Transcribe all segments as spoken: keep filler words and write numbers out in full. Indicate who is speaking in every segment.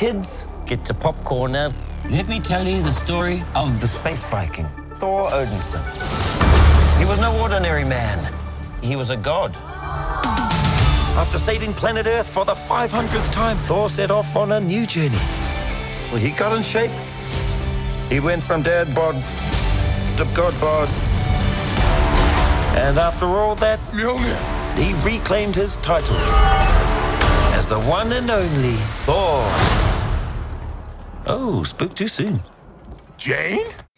Speaker 1: kids, get your popcorn out. Let me tell you the story of the space Viking, Thor Odinson. He was no ordinary man. He was a god. After saving planet Earth for the five hundredth time, Thor set off on a new journey. Well, he got in shape. He went from dad bod to god bod. And after all that, he reclaimed his title as the one and only Thor. Oh, spoke too soon.
Speaker 2: Jane?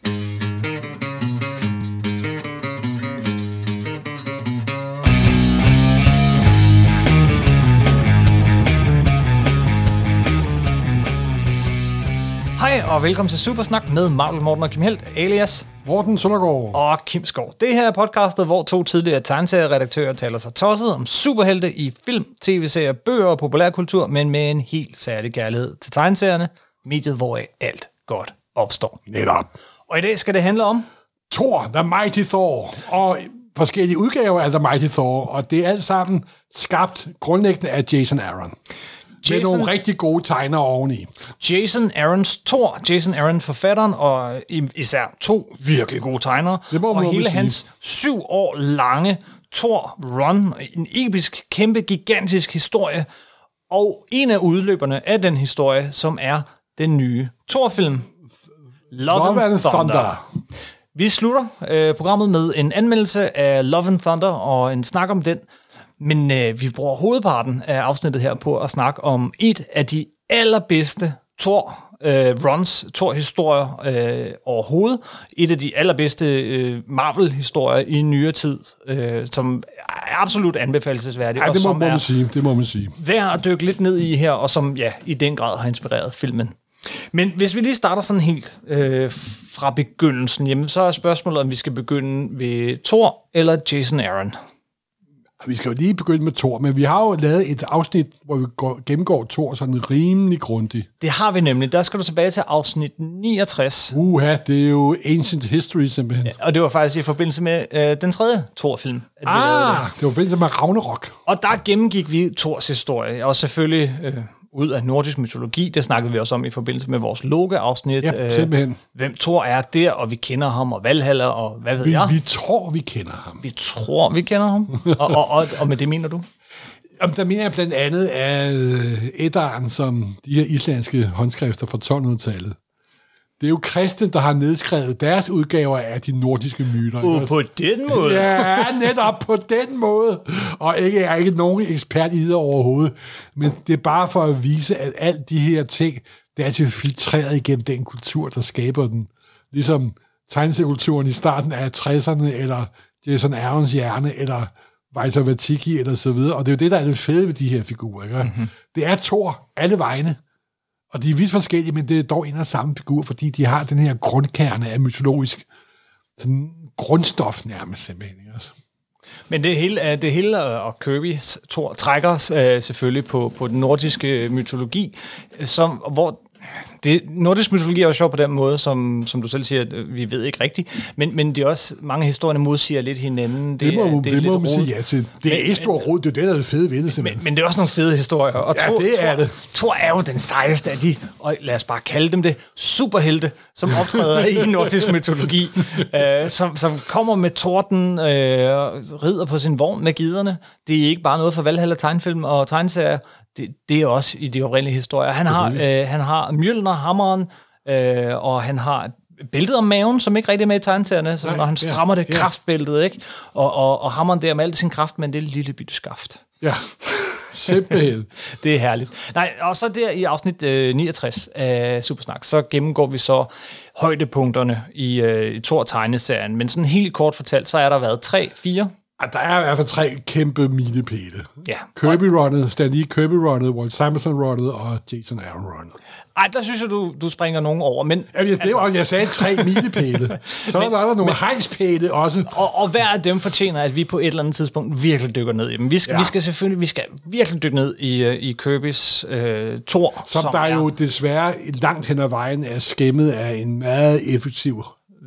Speaker 3: Hej og velkommen til Supersnak med Marvel, Morten og Kim Helt, alias
Speaker 4: Morten Søndergaard
Speaker 3: og Kim Skov. Det her er podcastet, hvor to tidligere tegneserieredaktører taler sig tosset om superhelte i film, tv-serier, bøger og populærkultur, men med en helt særlig kærlighed til tegneserierne, mediet, hvor alt godt opstår.
Speaker 4: Netop.
Speaker 3: Og i dag skal det handle om
Speaker 4: Thor, The Mighty Thor, og forskellige udgaver af The Mighty Thor, og det er alt sammen skabt grundlæggende af Jason Aaron. Jason, med nogle rigtig gode tegnere oveni.
Speaker 3: Jason Aarons Thor, Jason Aaron forfatteren, og især to virkelig gode tegnere. Og hele sige. hans syv år lange Thor-run, en episk, kæmpe, gigantisk historie, og en af udløberne af den historie, som er den nye Thor-film, Love, Love and Thunder. Thunder. Vi slutter øh, programmet med en anmeldelse af Love and Thunder og en snak om den. Men øh, vi bruger hovedparten af afsnittet her på at snakke om et af de allerbedste Thor-runs, øh, Thor-historier øh, overhovedet. Et af de allerbedste øh, Marvel-historier i nyere tid, øh, som er absolut anbefalelsesværdigt.
Speaker 4: Ja, det må,
Speaker 3: og som
Speaker 4: må man sige. Det må man sige.
Speaker 3: Værd at dykke lidt ned i her, og som ja, i den grad har inspireret filmen. Men hvis vi lige starter sådan helt øh, fra begyndelsen, jamen, så er spørgsmålet, om vi skal begynde ved Thor eller Jason Aaron.
Speaker 4: Vi skal jo lige begynde med Thor, men vi har jo lavet et afsnit, hvor vi går, gennemgår Thor sådan rimelig grundigt.
Speaker 3: Det har vi nemlig. Der skal du tilbage til afsnit niogtres.
Speaker 4: Uha, det er jo Ancient History simpelthen.
Speaker 3: Ja, og det var faktisk i forbindelse med øh, den tredje Thor-film.
Speaker 4: Ah, det var i forbindelse med Ragnarok.
Speaker 3: Og der gennemgik vi Thors historie, og selvfølgelig øh, ud af nordisk mytologi. Det snakkede vi også om i forbindelse med vores Loke-afsnit.
Speaker 4: Ja, simpelthen.
Speaker 3: Øh, hvem Thor er der, og vi kender ham, og Valhalla, og hvad ved
Speaker 4: vi,
Speaker 3: jeg.
Speaker 4: Vi tror, vi kender ham.
Speaker 3: Vi tror, vi kender ham. og, og, og, og med det mener du?
Speaker 4: Jamen, der mener jeg blandt andet af Eddaren, som de her islandske håndskrifter fra tolv-hundredetallet. Det er jo kristne, der har nedskrevet deres udgaver af de nordiske myter.
Speaker 3: Uh, på den måde?
Speaker 4: Ja, netop på den måde. Og ikke, jeg er ikke nogen ekspert i det overhovedet. Men det er bare for at vise, at alt de her ting, det er altid filtreret igennem den kultur, der skaber den. Ligesom tegneseriekulturen i starten af tresserne, eller Jason Aarons hjerne, eller Walter Vatiki, eller så videre. Og det er jo det, der er det fede ved de her figurer. Ikke? Mm-hmm. Det er Thor alle vegne. Og de er vidt forskellige, men det er dog en og samme figur, fordi de har den her grundkerne af mytologisk sådan grundstof nærmest simpelthen. Altså.
Speaker 3: Men det hele, det hele og Kirby Thor trækker uh, selvfølgelig på, på den nordiske mytologi, som, hvor det, nordisk mytologi er jo sjov på den måde, som, som du selv siger, at vi ved ikke rigtigt, men, men det er også, mange historier modsiger lidt hinanden. Det,
Speaker 4: det må,
Speaker 3: er, det,
Speaker 4: det
Speaker 3: er
Speaker 4: må man sige, ja. Det er et stort rod, det er det, der er det fede ved det,
Speaker 3: men, men det er også nogle fede historier. Og
Speaker 4: ja,
Speaker 3: Thor,
Speaker 4: det er
Speaker 3: Thor,
Speaker 4: det.
Speaker 3: Thor er jo den sejeste af de, og lad os bare kalde dem det, superhelte, som optræder i nordisk mytologi, øh, som, som kommer med torden, øh, rider på sin vogn med giderne. Det er ikke bare noget for Valhalla tegnefilm og tegneserier. Det, det er også i de oprindelige historier. Han har, øh, han har Mjølner, hammeren, øh, og han har bæltet om maven, som ikke rigtig er med i tegneserierne, så når han strammer ja, det ja. kraftbæltet, ikke? Og, og, og hammeren der med al sin kraft, men det er et lille bitte skaft.
Speaker 4: Ja, simpelthen.
Speaker 3: Det er herligt. Nej, og så der i afsnit øh, niogtres af Supersnak, så gennemgår vi så højdepunkterne i, øh, i Thor-tegneserien, men sådan helt kort fortalt, så er der været tre, fire...
Speaker 4: Der er i hvert fald tre kæmpe milepæle.
Speaker 3: Ja.
Speaker 4: Kirby-runnet, Stan Lee Kirby-runnet, Walt Simonson-runnet og Jason Aaron-runnet.
Speaker 3: Ej, der synes jeg, du, du springer nogen over. Men,
Speaker 4: ja, det altså, var, jeg sagde tre milepæle. Så men, er der nogle hejspæle også.
Speaker 3: Og, og hver af dem fortjener, at vi på et eller andet tidspunkt virkelig dykker ned i dem. Vi skal, ja. vi skal selvfølgelig vi skal virkelig dykke ned i, i Kirby's øh, Thor.
Speaker 4: Som, som der er jo desværre langt hen ad vejen er skæmmet af en meget effektiv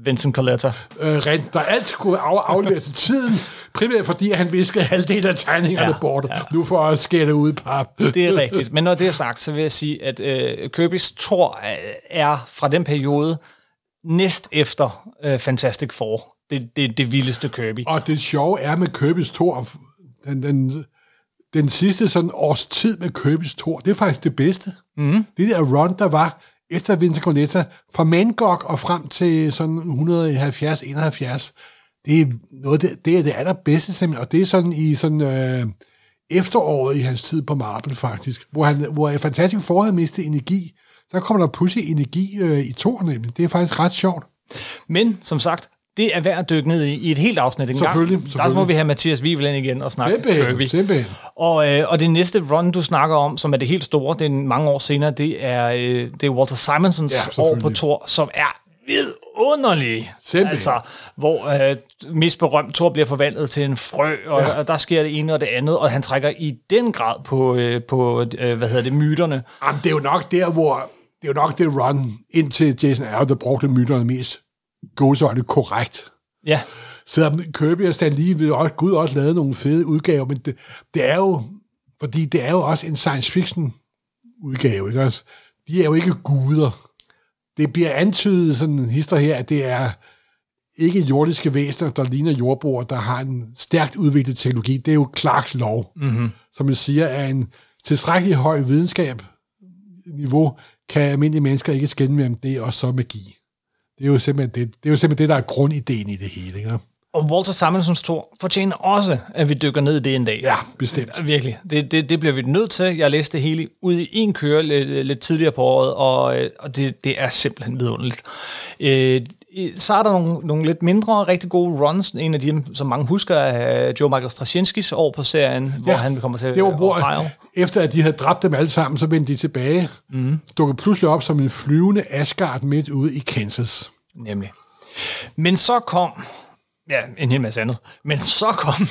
Speaker 3: Vincent Coletta.
Speaker 4: Øh, rent, der alt skulle af, afleveres til tiden, primært fordi han viskede halvdelen af tegningerne ja, bort, ja. Nu for at skære det ud i pap.
Speaker 3: Det er rigtigt, men når det er sagt, så vil jeg sige, at øh, Kirby's Thor er fra den periode næst efter øh, Fantastic Four. Det, det, det vildeste Kirby.
Speaker 4: Og det sjove er med Kirby's Thor, den, den, den sidste sådan års tid med Kirby's Thor, det er faktisk det bedste. Mm. Det der run, der var efter Vincent Coletta, fra Mangok og frem til sådan nitten halvfjerds enoghalvfjerds, det er noget det, det er det allerbedste simpelthen, og det er sådan i sådan øh, efteråret i hans tid på Marvel faktisk, hvor han hvor Fantastic Four havde mistet energi, så kommer der pludselig energi øh, i Thor nemlig. Det er faktisk ret sjovt.
Speaker 3: Men som sagt, det er værd at dykke ned i, i et helt afsnit en gang.
Speaker 4: Selvfølgelig, selvfølgelig.
Speaker 3: Der må vi have Mathias Wivel ind igen og snakke
Speaker 4: simpelthen,
Speaker 3: Kirby.
Speaker 4: Simpelthen.
Speaker 3: Og, øh, og det næste run, du snakker om, som er det helt store, det er mange år senere, det er, øh, det er Walter Simonsons ja, år på Thor, som er vidunderlig.
Speaker 4: Simpelthen.
Speaker 3: Altså, hvor øh, mest berømt Thor bliver forvandlet til en frø, og, ja. og der sker det ene og det andet, og han trækker i den grad på, øh, på øh, hvad hedder det, myterne.
Speaker 4: Jamen, det er jo nok der, hvor det er jo nok det run, indtil Jason Aaron, der brugte myterne mest gåsøjne korrekt.
Speaker 3: Ja.
Speaker 4: Så Kirby og Stan Lee ved også, Gud også lavet nogle fede udgaver, men det, det er jo, fordi det er jo også en science fiction udgave, ikke også? De er jo ikke guder. Det bliver antydet sådan en historie her, at det er ikke jordiske væsener, der ligner jordboer, der har en stærkt udviklet teknologi. Det er jo Clarks lov, mm-hmm. som man siger, er en tilstrækkelig høj videnskab niveau, kan almindelige mennesker ikke skelne mellem det og så magi. Det er jo simpelthen det, det, er jo simpelthen det der er grundideen i det hele. Ikke?
Speaker 3: Og Walter Simonsons Thor fortjener også, at vi dykker ned i det en dag.
Speaker 4: Ja, bestemt.
Speaker 3: Virkelig. Det, det, det bliver vi nødt til. Jeg læste det hele ud i en køre lidt, lidt tidligere på året, og, og det, det er simpelthen vidunderligt. Øh, så er der nogle, nogle lidt mindre, rigtig gode runs. En af dem, som mange husker, er Joe Michael Straczynskis år på serien, hvor ja, han kommer til
Speaker 4: det var, hvor, efter at de havde dræbt dem alle sammen, så vendte de tilbage. Mm. Dukkede pludselig op som en flyvende Asgard midt ude i Kansas.
Speaker 3: Nemlig. Men så kom... Ja, en hel masse andet. Men så kom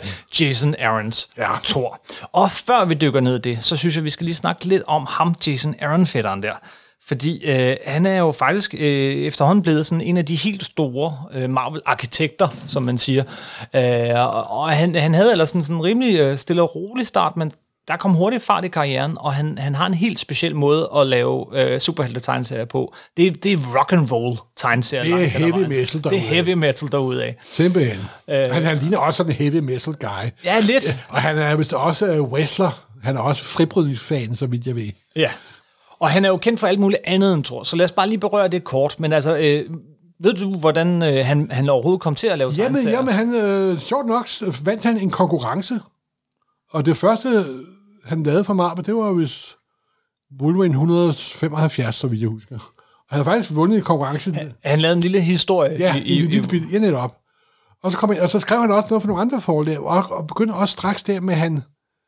Speaker 3: Jason Aarons ja. Thor. Og før vi dykker ned i det, så synes jeg, vi skal lige snakke lidt om ham, Jason Aaron-fætteren der. Fordi øh, han er jo faktisk øh, efterhånden blevet sådan en af de helt store øh, Marvel-arkitekter, som man siger. Øh, og han, han havde ellers sådan, sådan en rimelig øh, stille og rolig start, men der kom hurtigt fart i karrieren, og han, han har en helt speciel måde at lave øh, superhelte-tegneserier på. Det, det er rock and roll tegneserier.
Speaker 4: Det er heavy metal
Speaker 3: derude. Det er heavy metal derude af.
Speaker 4: Simpelthen. Øh, han, han ligner også sådan en heavy metal guy.
Speaker 3: Ja, lidt.
Speaker 4: Og han er vist også uh, wrestler. Han er også fribrydningsfan, så vidt jeg ved.
Speaker 3: Ja. Og han er jo kendt for alt muligt andet end Thor, så lad os bare lige berøre det kort. Men altså, øh, ved du, hvordan øh, han, han overhovedet kom til at lave
Speaker 4: jamen,
Speaker 3: tegneserier?
Speaker 4: Jamen, han, øh, sjovt nok, vandt han en konkurrence. Og det første, han lavede for Marvel, det var vist Wolverine et hundrede femoghalvfjerds, så vidt jeg husker. Og han har faktisk vundet i konkurrencen. Han,
Speaker 3: han lavede en lille historie.
Speaker 4: Ja,
Speaker 3: i,
Speaker 4: en lille bit, ja, op. Og så, kom han, og så skrev han også noget for nogle andre forlag, og, og begyndte også straks der med, han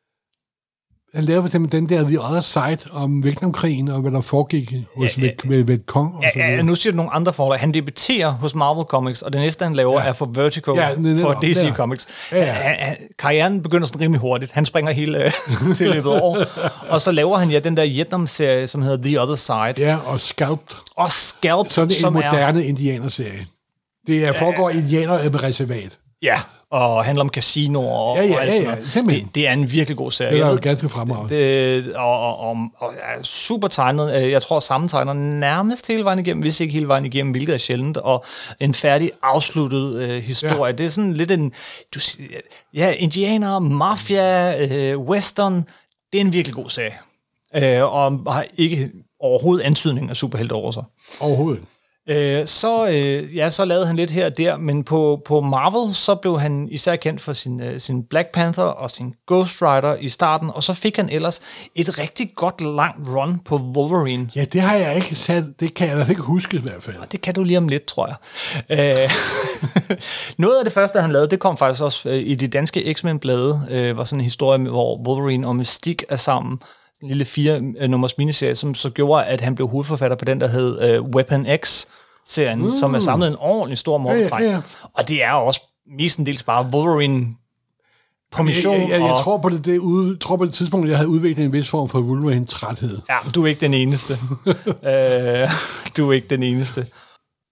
Speaker 4: han lavede for eksempel den der The Other Side om Vietnamkrigen, og hvad der foregik hos
Speaker 3: ja,
Speaker 4: ja, Vietcong. Og
Speaker 3: ja, ja, nu siger du nogle andre forlag. Han debuterer hos Marvel Comics, og det næste, han laver, ja. er for Vertigo, ja, det, for D C der. Comics. Ja, ja. Han, han, karrieren begynder sådan rimelig hurtigt. Han springer hele til løbet over. Og så laver han ja den der Vietnam-serie, som hedder The Other Side.
Speaker 4: Ja, og Scalped.
Speaker 3: Og Scalped,
Speaker 4: sådan en
Speaker 3: som
Speaker 4: moderne
Speaker 3: er...
Speaker 4: indianerserie. Det er, foregår ja, indianer med reservat.
Speaker 3: Ja, og handler om casinoer og,
Speaker 4: ja, ja,
Speaker 3: og alt
Speaker 4: ja, ja,
Speaker 3: sådan det, det er en virkelig god serie.
Speaker 4: Det er jo ganske fremragende.
Speaker 3: Og, og, og, og er super tegnet. Jeg tror, sammentegner nærmest hele vejen igennem, hvis ikke hele vejen igennem, hvilket er sjældent. Og en færdig, afsluttet øh, historie. Ja. Det er sådan lidt en... Du, ja, indianer, mafia, øh, western. Det er en virkelig god serie. Øh, og har ikke overhovedet antydning af superhelte over sig.
Speaker 4: Overhovedet.
Speaker 3: Øh, så, øh, ja, så lavede han lidt her og der, men på, på Marvel, så blev han især kendt for sin, øh, sin Black Panther og sin Ghost Rider i starten, og så fik han ellers et rigtig godt langt run på Wolverine.
Speaker 4: Ja, det har jeg ikke sat, det kan jeg i hvert fald ikke huske i hvert fald.
Speaker 3: Og det kan du lige om lidt, tror jeg. Øh, noget af det første, han lavede, det kom faktisk også øh, i de danske X-Men-blade, øh, var sådan en historie, hvor Wolverine og Mystique er sammen, en lille fire-nummers miniserie, som så gjorde, at han blev hovedforfatter på den, der hed uh, Weapon X-serien, mm. som er samlet en ordentlig stor morgendræk. Ja, ja, ja. Og det er også mestendels bare Wolverine på mission.
Speaker 4: Jeg, jeg, jeg, jeg tror, på det, det ude, tror på det tidspunkt, jeg havde udviklet en vis form for Wolverine-træthed.
Speaker 3: Ja, du er ikke den eneste. uh, du er ikke den eneste.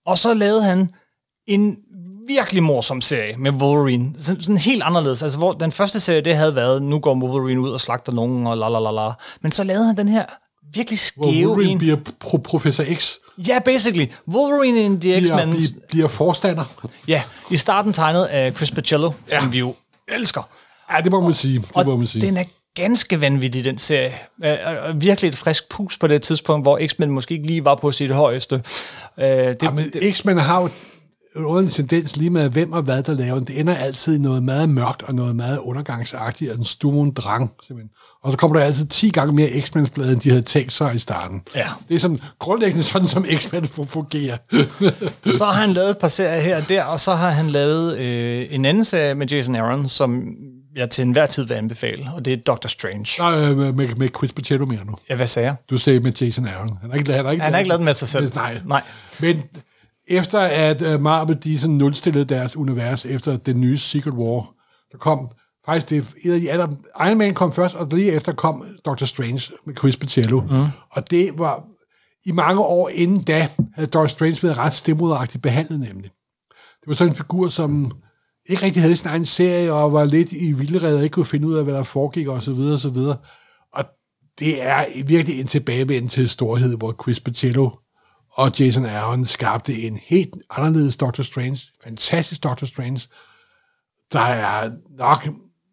Speaker 3: Og så lavede han en virkelig morsom serie med Wolverine. Sådan, sådan helt anderledes. Altså, hvor den første serie, det havde været, nu går Wolverine ud og slagter nogen, og la la la la. Men så lavede han den her virkelig skæve
Speaker 4: hvor Wolverine
Speaker 3: en.
Speaker 4: bliver pro- Professor X.
Speaker 3: Ja, basically. Wolverine in the X-Men.
Speaker 4: Bliver, bliver forstander.
Speaker 3: Ja, i starten tegnet af Chris Bachalo, ja. som vi jo elsker.
Speaker 4: Ja, det må man sige. Det
Speaker 3: og
Speaker 4: må man sige.
Speaker 3: den er ganske vanvittig, den serie. Øh, virkelig et frisk pus på det tidspunkt, hvor X-Men måske ikke lige var på sit højeste. Øh, det,
Speaker 4: ja, men det, X-Men har jo en tendens lige med, hvem og hvad der laver. Det ender altid i noget meget mørkt og noget meget undergangsagtigt, og en stum drang, simpelthen. Og så kommer der altid ti gange mere X-Men-blade, end de havde tænkt sig i starten.
Speaker 3: Ja.
Speaker 4: Det er sådan grundlæggende sådan, som X-Men fungerer.
Speaker 3: Så har han lavet et par serier her og der, og så har han lavet øh, en anden serie med Jason Aaron, som jeg til enhver tid vil anbefale, og det er Doctor Strange.
Speaker 4: Nej, øh, med, med Chris Bachalo mere nu.
Speaker 3: Ja, hvad sagde jeg?
Speaker 4: Du sagde med Jason Aaron. Han har ikke, han har ikke,
Speaker 3: han har ikke lavet den med sig selv.
Speaker 4: Nej.
Speaker 3: Nej.
Speaker 4: Men efter at uh, Marvel, de sådan nulstillede deres univers efter den nye Secret War, der kom faktisk det, et af de andre, Iron Man kom først, og lige efter kom Doctor Strange med Chris Bachalo. Mm. Og det var, i mange år inden da, havde Doctor Strange været ret stemmoderagtigt behandlet nemlig. Det var sådan en figur, som ikke rigtig havde sin egen serie, og var lidt i vildrede, og ikke kunne finde ud af, hvad der foregik, og så videre, og så videre. Og det er virkelig en tilbagevend til storhed, hvor Chris Bachalo og Jason Aaron skabte en helt anderledes Doctor Strange, fantastisk Doctor Strange, der er nok,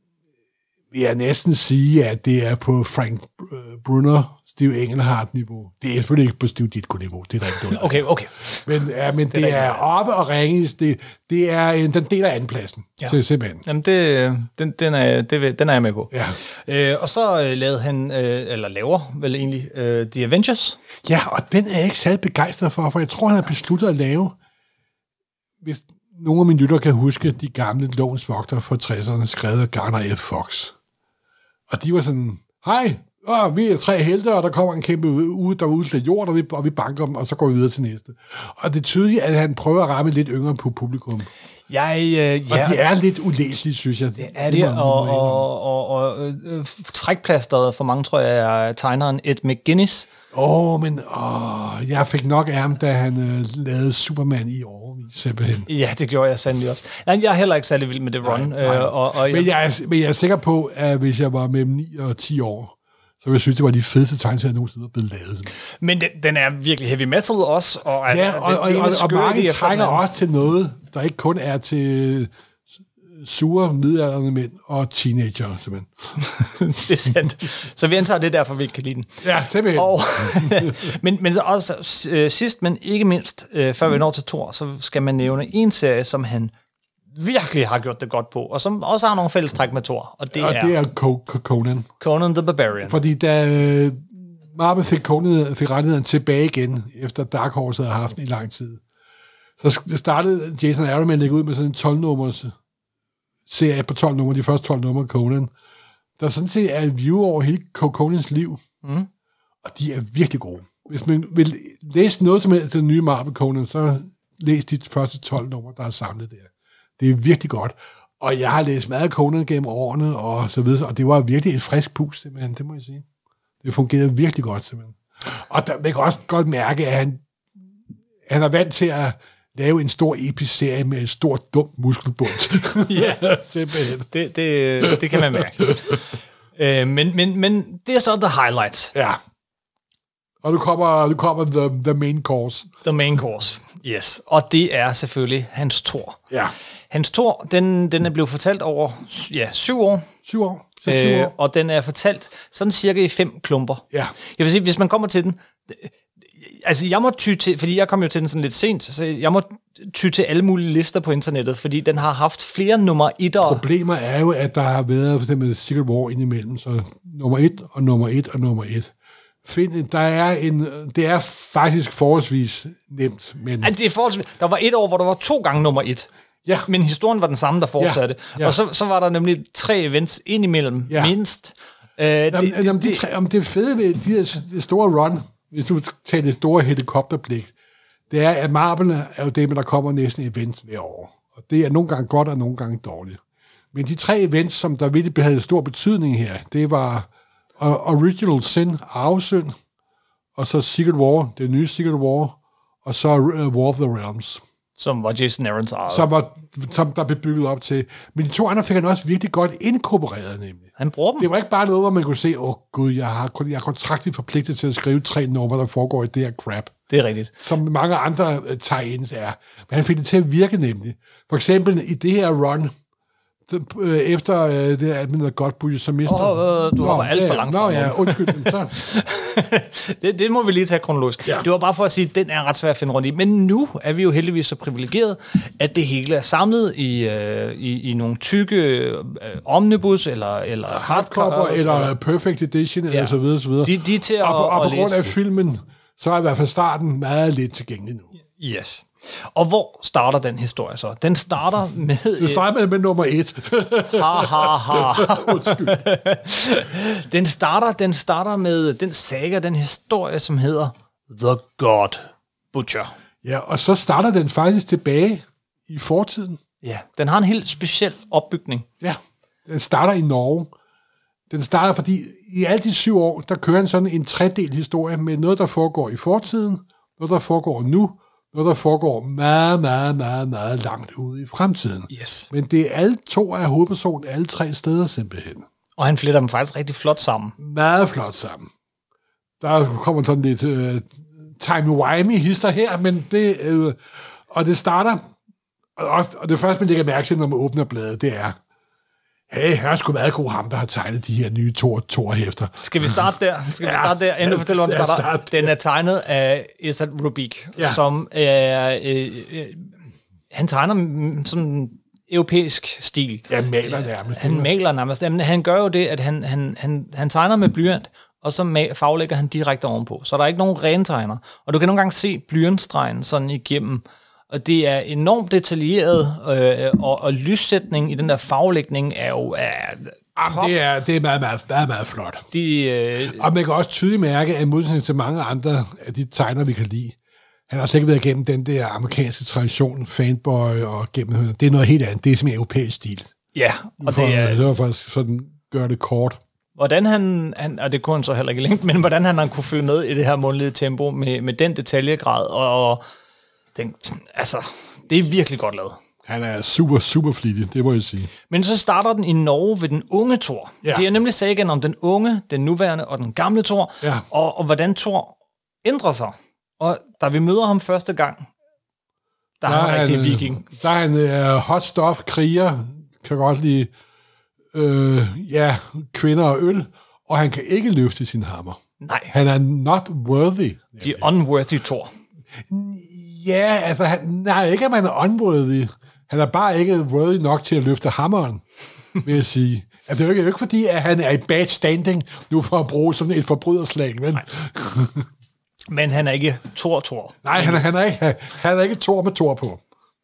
Speaker 4: vil jeg næsten sige, at det er på Frank Brunner, Steve Englehart-niveau. Det er selvfølgelig ikke på Steve Ditko-niveau, det er der ikke noget.
Speaker 3: Okay, okay.
Speaker 4: Men, ja, men det, det er, er oppe og ringes, det, det er en, den del af andenpladsen, ja. Til simpelthen.
Speaker 3: Jamen, det, den, den, er, det, den er jeg med på.
Speaker 4: Ja.
Speaker 3: Øh, og så øh, lavede han, øh, eller laver vel egentlig, øh, The Avengers.
Speaker 4: Ja, og den er jeg ikke særlig begejstret for, for jeg tror, han har besluttet at lave, hvis nogle af mine lytter kan huske, de gamle Lovens Vogter fra tresserne, skrevet af Garner F. Fox. Og de var sådan, hej, åh, vi er tre helte, og der kommer en kæmpe ude, der er ude til jord, og vi, og vi banker dem, og så går vi videre til næste. Og det er tydeligt, at han prøver at ramme lidt yngre på publikum.
Speaker 3: Jeg, øh, ja,
Speaker 4: og de er lidt ulæselige, synes jeg.
Speaker 3: Det er det, og, og, og, og øh, trækplasteret for mange, tror jeg, er tegneren Ed McGuinness.
Speaker 4: Åh, oh, men åh, jeg fik nok af ham, da han øh, lavede Superman i årevis, simpelthen.
Speaker 3: Ja, det gjorde jeg sandelig også. Nej, jeg er heller ikke særlig vild med det run.
Speaker 4: Nej, nej.
Speaker 3: Øh, og, og
Speaker 4: men, jeg er, men jeg er sikker på, at hvis jeg var mellem ni og ti år, så ville jeg synes, det var de fedeste tegneserier, der nogensinde er blevet lavet.
Speaker 3: Men den, den er virkelig heavy metal også. Og,
Speaker 4: ja, og, og, og, og, og mange trænger også til noget, der ikke kun er til sure, midaldrende mænd og teenager, simpelthen.
Speaker 3: Det er sandt. Så vi antager, det er derfor, vi ikke kan lide den.
Speaker 4: Ja, simpelthen. Og,
Speaker 3: men, men også øh, sidst, men ikke mindst, øh, før vi når til Thor, så skal man nævne en serie, som han virkelig har gjort det godt på, og som også har nogle fællestræk med Thor, og det
Speaker 4: og
Speaker 3: er...
Speaker 4: det er Conan.
Speaker 3: Conan the Barbarian.
Speaker 4: Fordi da Marvel fik, Conan, fik rettigheden tilbage igen, efter Dark Horse havde haft den i lang tid, så startede Jason Aaron med at lægge ud med sådan en tolv-nummers serie på tolv numre, de første tolv numre af Conan, der sådan set er et view over hele Conans liv, mm. og de er virkelig gode. Hvis man vil læse noget som helst til den nye Marvel Conan, så læs de første tolv numre, der er samlet der. Det er virkelig godt. Og jeg har læst meget Conan gennem årene, og så videre, og det var virkelig et frisk pus, simpelthen, det må jeg sige. Det fungerede virkelig godt, simpelthen. Og der, man kan også godt mærke, at han, han er vant til at lave en stor episk serie med et stort, dumt muskelbund.
Speaker 3: Ja, simpelthen. Det, det, det kan man mærke. øh, men, men, men det er så the highlights.
Speaker 4: Ja. Og nu kommer, nu kommer the, the main course.
Speaker 3: The main course, yes. Og det er selvfølgelig hans Thor.
Speaker 4: Ja.
Speaker 3: Hans Thor, den, den er blevet fortalt over ja, syv år.
Speaker 4: Syv år. Så syv år.
Speaker 3: Øh, og den er fortalt sådan cirka i fem klumper.
Speaker 4: Ja.
Speaker 3: Jeg vil sige, hvis man kommer til den... Altså, jeg må ty til... Fordi jeg kom jo til den sådan lidt sent, så jeg må ty til alle mulige lister på internettet, fordi den har haft flere nummer etter.
Speaker 4: Problemer er jo, at der har været for eksempel Secret War indimellem, så nummer et og nummer et og nummer et. Find, der er en, det er faktisk forholdsvis nemt, men...
Speaker 3: Altså, det er forholdsvis... Der var et år, hvor der var to gange nummer et.
Speaker 4: Ja.
Speaker 3: Men historien var den samme, der fortsatte. Ja. Ja. Og så, så var der nemlig tre events indimellem, ja. mindst. Uh,
Speaker 4: jamen, det, jamen, det, de tre, jamen, det fede ved de her store run, hvis du tager det store helikopterblik, det er, at Marvel er jo det, der kommer næsten events hver år. Og det er nogle gange godt og nogle gange dårligt. Men de tre events, som der virkelig havde stor betydning her, det var uh, Original Sin, Arvesynd, og så Secret War, det nye Secret War, og så uh, War of the Realms.
Speaker 3: Som var Jason Aaron's eget.
Speaker 4: Som, var, som der blev bygget op til. Men de to andre fik han også virkelig godt inkorporeret, nemlig.
Speaker 3: Han bruger dem.
Speaker 4: Det var ikke bare noget, hvor man kunne se, åh oh, gud, jeg har, jeg er kontraktligt forpligtet til at skrive tre numre, der foregår i det her crap.
Speaker 3: Det er rigtigt.
Speaker 4: Som mange andre uh, tie-ins er. Men han fik det til at virke nemlig. For eksempel i det her run, øh, efter øh, det Admiral Godbutcher, som mister...
Speaker 3: Oh, øh, du har alt for langt
Speaker 4: Nå,
Speaker 3: fra
Speaker 4: ja, undskyld.
Speaker 3: det, det må vi lige tage kronologisk. Ja. Det var bare for at sige, at den er ret svær at finde rundt i. Men nu er vi jo heldigvis så privilegeret, at det hele er samlet i, øh, i, i nogle tykke øh, omnibus, eller, eller hardcover.
Speaker 4: Eller, eller Perfect Edition, ja. Eller så videre, så videre.
Speaker 3: De, de er til at,
Speaker 4: og på, og
Speaker 3: at
Speaker 4: på grund af
Speaker 3: læse.
Speaker 4: filmen, så er i hvert fald starten meget lidt tilgængelig nu.
Speaker 3: Yes. Og hvor starter den historie så? Den starter med...
Speaker 4: Du starter med, med nummer et.
Speaker 3: ha, ha, ha.
Speaker 4: Undskyld.
Speaker 3: den, starter, den starter med den saga, den historie, som hedder The God Butcher.
Speaker 4: Ja, og så starter den faktisk tilbage i fortiden.
Speaker 3: Ja, den har en helt speciel opbygning.
Speaker 4: Ja, den starter i Norge. Den starter, fordi i alle de syv år, der kører en sådan en tredelt historie med noget, der foregår i fortiden, noget, der foregår nu, noget, der foregår meget, meget, meget, meget langt ude i fremtiden.
Speaker 3: Yes.
Speaker 4: Men det er alle to af hovedpersonen, alle tre steder simpelthen.
Speaker 3: Og han fletter dem faktisk rigtig flot sammen.
Speaker 4: Meget flot sammen. Der kommer sådan lidt uh, timey-wimey hister her, men det, uh, og det starter, og, og det første, man lægger mærke til, når man åbner bladet, det er, hey, her er sgu meget god ham, der har tegnet de her nye Thor-hæfter.
Speaker 3: Skal vi starte der? Skal vi starte der? Inden du fortæller, hvor den starter. Start. Den er tegnet af Esad Rubik, ja. Som er... Øh, øh, han tegner sådan europæisk stil.
Speaker 4: Ja, maler nærmest.
Speaker 3: Han maler nærmest. Jamen, han gør jo det, at han, han, han, han tegner med blyant, og så faglægger han direkte ovenpå. Så der er ikke nogen rentegner. Og du kan nogle gange se blyantstregen sådan igennem. Og det er enormt detaljeret, øh, og, og lyssætning i den der farvelægning er jo er
Speaker 4: top. Det er, det er meget, meget, meget, meget flot.
Speaker 3: De, øh,
Speaker 4: og man kan også tydeligt mærke, at i modsætning til mange andre af de tegner, vi kan lide, han har slet ikke været igennem den der amerikanske tradition, fanboy og gennem. Det er noget helt andet. Det er simpelthen europæisk stil.
Speaker 3: Ja, og
Speaker 4: for,
Speaker 3: det er...
Speaker 4: Det var faktisk sådan, gør det kort.
Speaker 3: Hvordan han, han, og det kunne han så heller ikke længe, men hvordan han, han kunne følge med i det her månedlige tempo med, med den detaljegrad, og, og den, altså, det er virkelig godt lavet.
Speaker 4: Han er super, super flittig, det må jeg sige.
Speaker 3: Men så starter den i Norge ved den unge Thor. Ja. Det er nemlig sagen om den unge, den nuværende og den gamle Thor,
Speaker 4: ja.
Speaker 3: og, og hvordan Thor ændrer sig. Og da vi møder ham første gang, der, der er han rigtig viking.
Speaker 4: Der er en uh, hot stuff, kriger, kan godt lide øh, ja, kvinder og øl, og han kan ikke løfte sin hammer.
Speaker 3: Nej.
Speaker 4: Han er not worthy.
Speaker 3: The unworthy Thor.
Speaker 4: Ja, altså, han, nej, ikke at man er unworthy. Han er bare ikke worthy nok til at løfte hammeren, vil jeg sige. Altså, det er jo ikke, ikke fordi, at han er i bad standing nu for at bruge sådan et forbryderslag, men...
Speaker 3: Men han er ikke Thor-Thor.
Speaker 4: Nej, han er, han, er ikke, han er ikke Thor med Thor på.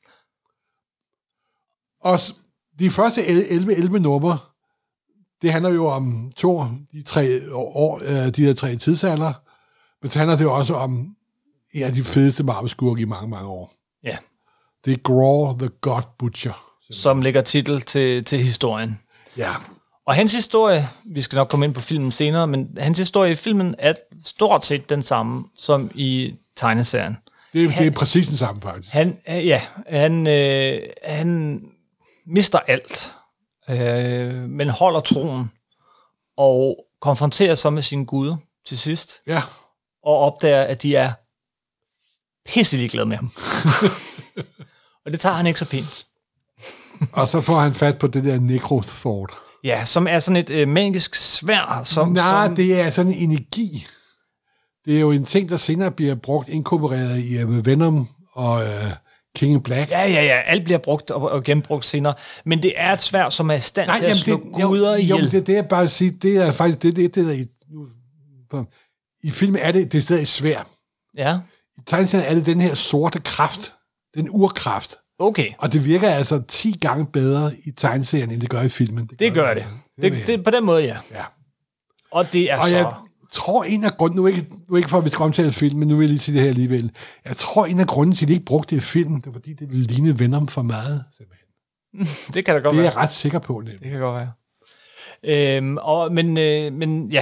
Speaker 4: Og de første elleve elleve numre, det handler jo om Thor, de tre år, de her tre tidsalder, men så handler det jo også om en af de fedeste Marvel-skurke i mange, mange år.
Speaker 3: Ja.
Speaker 4: Det er Gorr the God Butcher.
Speaker 3: Som lægger titel til, til historien.
Speaker 4: Ja.
Speaker 3: Og hans historie, vi skal nok komme ind på filmen senere, men hans historie i filmen er stort set den samme som i tegneserien.
Speaker 4: Det, han, det er præcis den samme, faktisk.
Speaker 3: Han, ja, han, øh, han mister alt, øh, men holder troen og konfronterer sig med sin Gud til sidst.
Speaker 4: Ja.
Speaker 3: Og opdager, at de er pisselig glade med ham. Og det tager han ikke så pænt.
Speaker 4: Og så får han fat på det der necro-thought.
Speaker 3: Ja, som er sådan et øh, magisk sværd. Som,
Speaker 4: Nej,
Speaker 3: som...
Speaker 4: det er sådan en energi. Det er jo en ting, der senere bliver brugt, inkorporeret i uh, Venom og uh, King in Black.
Speaker 3: Ja, ja, ja. Alt bliver brugt og, og genbrugt senere. Men det er et sværd, som er i stand Nej, til at slå det, guder ihjel.
Speaker 4: Jo, det, det er bare at sige, det er faktisk det, det, det der i, i filmen er det, det er stadig svært.
Speaker 3: Ja.
Speaker 4: I tegneserien er det den her sorte kraft, den urkraft.
Speaker 3: Okay.
Speaker 4: Og det virker altså ti gange bedre i tegneserien, end det gør i filmen.
Speaker 3: Det, det gør det. Det, det, det. det. På den måde, ja.
Speaker 4: Ja.
Speaker 3: Og det er
Speaker 4: og
Speaker 3: så...
Speaker 4: jeg tror, en af grunden... Nu ikke, nu ikke for, at vi skal omtale film, men nu vil jeg lige sige det her alligevel. Jeg tror, en af grunden til, at de ikke brugte det i film, det var, fordi det lignede Venom for meget. Simpelthen.
Speaker 3: Det kan da godt
Speaker 4: det
Speaker 3: være.
Speaker 4: Det er jeg ret sikker på. Nemlig.
Speaker 3: Det kan godt være. Øhm, og, men, øh, men ja,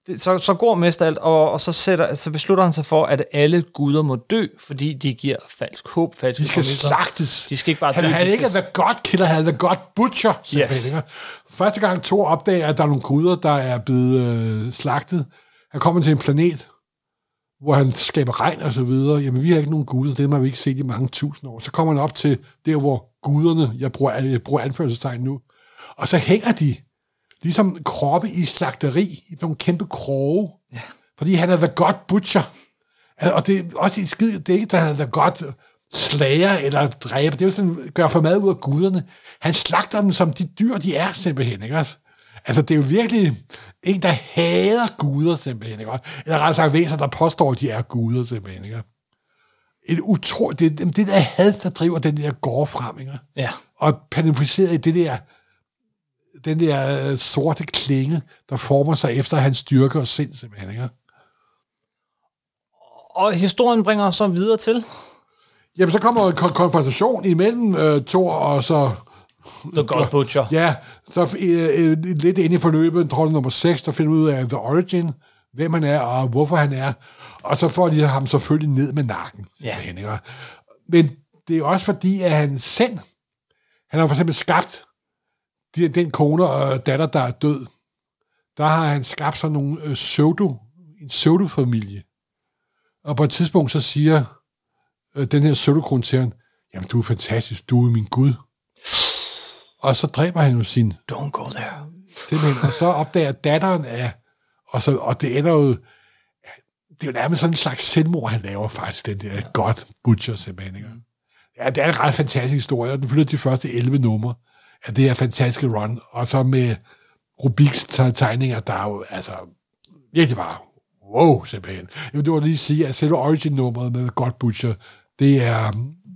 Speaker 3: det, så, så går mest alt, og, og så, sætter, så beslutter han sig for, at alle guder må dø, fordi de giver falsk håb, falske
Speaker 4: De skal
Speaker 3: præmisser.
Speaker 4: slagtes.
Speaker 3: De skal ikke bare
Speaker 4: han,
Speaker 3: dø.
Speaker 4: Han er ikke
Speaker 3: skal...
Speaker 4: the god killer, han er the god butcher.
Speaker 3: Yes.
Speaker 4: Første gang Thor opdager, at der er nogle guder, der er blevet øh, slagtet. Han kommer til en planet, hvor han skaber regn og så videre. Jamen, vi har ikke nogen guder, det har vi ikke set i mange tusind år. Så kommer han op til der, hvor guderne, jeg bruger, jeg bruger anførselstegn nu, og så hænger de ligesom kroppe i slagteri, i nogle kæmpe kroge, ja. Fordi han er the god butcher. Og det er også et skid, det er ikke, at han er the god slager eller dræber, det er jo sådan, gør for mad ud af guderne. Han slagter dem som de dyr, de er simpelthen, ikke også? Altså, det er jo virkelig en, der hader guder, simpelthen, ikke? Eller rettere sagt, væsener, der påstår, at de er guder, simpelthen, ikke? Et utro, det, det der had, der driver den der gårde frem, ikke?
Speaker 3: Ja.
Speaker 4: Og personificeret i det der, den der sorte klinge, der former sig efter hans styrke og sind, simpelthen, ikke?
Speaker 3: Og historien bringer os så videre til?
Speaker 4: Jamen, så kommer en kon- konfrontation imellem øh, Thor og så...
Speaker 3: The God Butcher.
Speaker 4: Ja, så øh, øh, lidt inde i forløbet, trolde nummer seks, der finder ud af The Origin, hvem han er og hvorfor han er, og så får de ham selvfølgelig ned med nakken.
Speaker 3: Ja.
Speaker 4: Ikke? Men det er også fordi, at han selv, han har for eksempel skabt de, den kone og datter, der er død. Der har han skabt sådan nogle øh, pseudo, en pseudo-familie. Og på et tidspunkt så siger øh, den her pseudo-kone til ham, jamen du er fantastisk, du er min Gud. Og så dræber han jo sin...
Speaker 3: Don't go there.
Speaker 4: Simpelthen, og så opdager datteren af... Og, så, og det ender jo... Det er jo nærmest sådan en slags selvmord, han laver faktisk, den der God Butcher, simpelthen. Ikke? Ja, det er en ret fantastisk historie, og den fylder de første elleve numre af det her fantastiske run. Og så med Rubiks tegninger, der er jo altså virkelig bare... Wow, simpelthen. Jamen, det var lige at sige, at selve origin-nummeret med God Butcher, det er...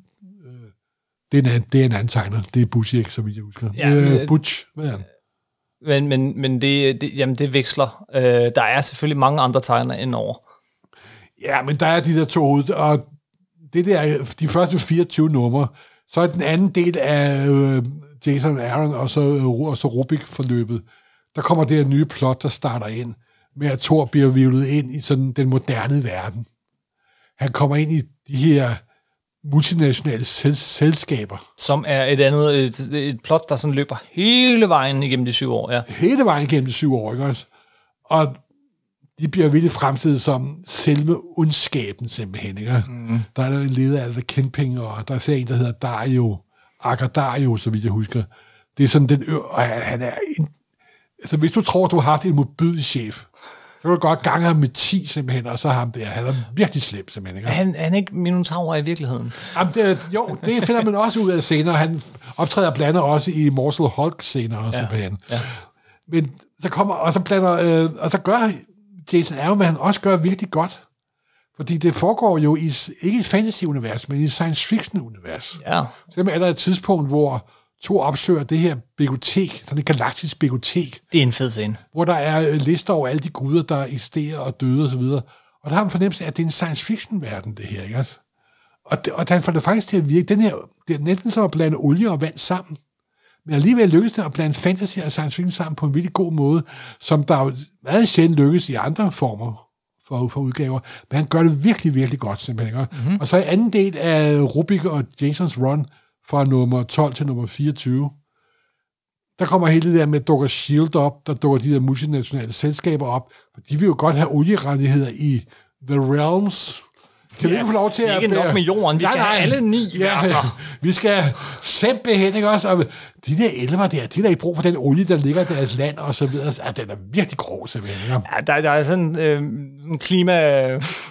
Speaker 4: Det er, en, det er en anden tegner. Det er Busiek, som jeg husker.
Speaker 3: Ja,
Speaker 4: øh, Butch, hvad er han?
Speaker 3: Men, men, men det, det, jamen, det veksler. Øh, der er selvfølgelig mange andre tegnere indover.
Speaker 4: Ja, men der er de der to hoved, og det der, de første fireogtyve numre, så er den anden del af øh, Jason Aaron og så, øh, og så Rubik-forløbet. Der kommer det her nye plot, der starter ind, med at Thor bliver virvlet ind i sådan den moderne verden. Han kommer ind i de her multinationale sel- selskaber.
Speaker 3: Som er et andet, et, et plot, der sådan løber hele vejen igennem de syv år, ja.
Speaker 4: Hele vejen igennem de syv år, ikke også? Og de bliver virkelig fremstillet som selve ondskaben, simpelthen, ikke? Mm. Der er en leder af The Kingpin, og der er en, der hedder Dario, Akar Dario, så vidt jeg husker. Det er sådan den ø- og han er en, altså hvis du tror, du har haft en modbydelig chef, så kan du godt gange ham med ti, simpelthen, og så ham der. Han er virkelig slem, simpelthen. Ikke?
Speaker 3: Er han, han er ikke Minotaur i virkeligheden?
Speaker 4: Jamen, det, jo, det finder man også ud af senere. Han optræder og blander også i Immortal Hulk senere, ja. Simpelthen. Ja. Men så kommer, og så blander, øh, og så gør Jason Aaron, hvad han også gør virkelig godt. Fordi det foregår jo i, ikke i et fantasy-univers, men i et science-fiction-univers.
Speaker 3: Ja.
Speaker 4: Så er der et tidspunkt, hvor Thor opsøger det her bibliotek, sådan et galaktisk bibliotek.
Speaker 3: Det er en fed scene.
Speaker 4: Hvor der er lister over alle de guder, der eksisterer og døde og så videre. Og der har man fornemmelse af, at det er en science-fiction-verden, det her, ikke også? Og, det, og den får det faktisk til at virke. Den her, det er næsten som at blande olie og vand sammen. Men alligevel lykkes det at blande fantasy og science-fiction sammen på en virkelig god måde, som der jo meget sjældent lykkes i andre former for, for udgaver. Men han gør det virkelig, virkelig godt, simpelthen. Ikke? Mm-hmm. Og så i anden del af Rubik og Jasons run, fra nummer tolv til nummer fireogtyve, der kommer hele det der med, dukker Shield op, der dukker de der multinationale selskaber op, for de vil jo godt have olierettigheder i The Realms. Kan ja, vi ikke få lov til at...
Speaker 3: Ikke nok med jorden, vi skal nej, nej. have alle ni.
Speaker 4: Ja, ja. Vi skal simpelthen, ikke også? Og de der elver der, de der ikke brug for den olie, der ligger i deres land, og så videre. Ja, den er virkelig grov, simpelthen.
Speaker 3: Ja, der, der er sådan øh, en klima...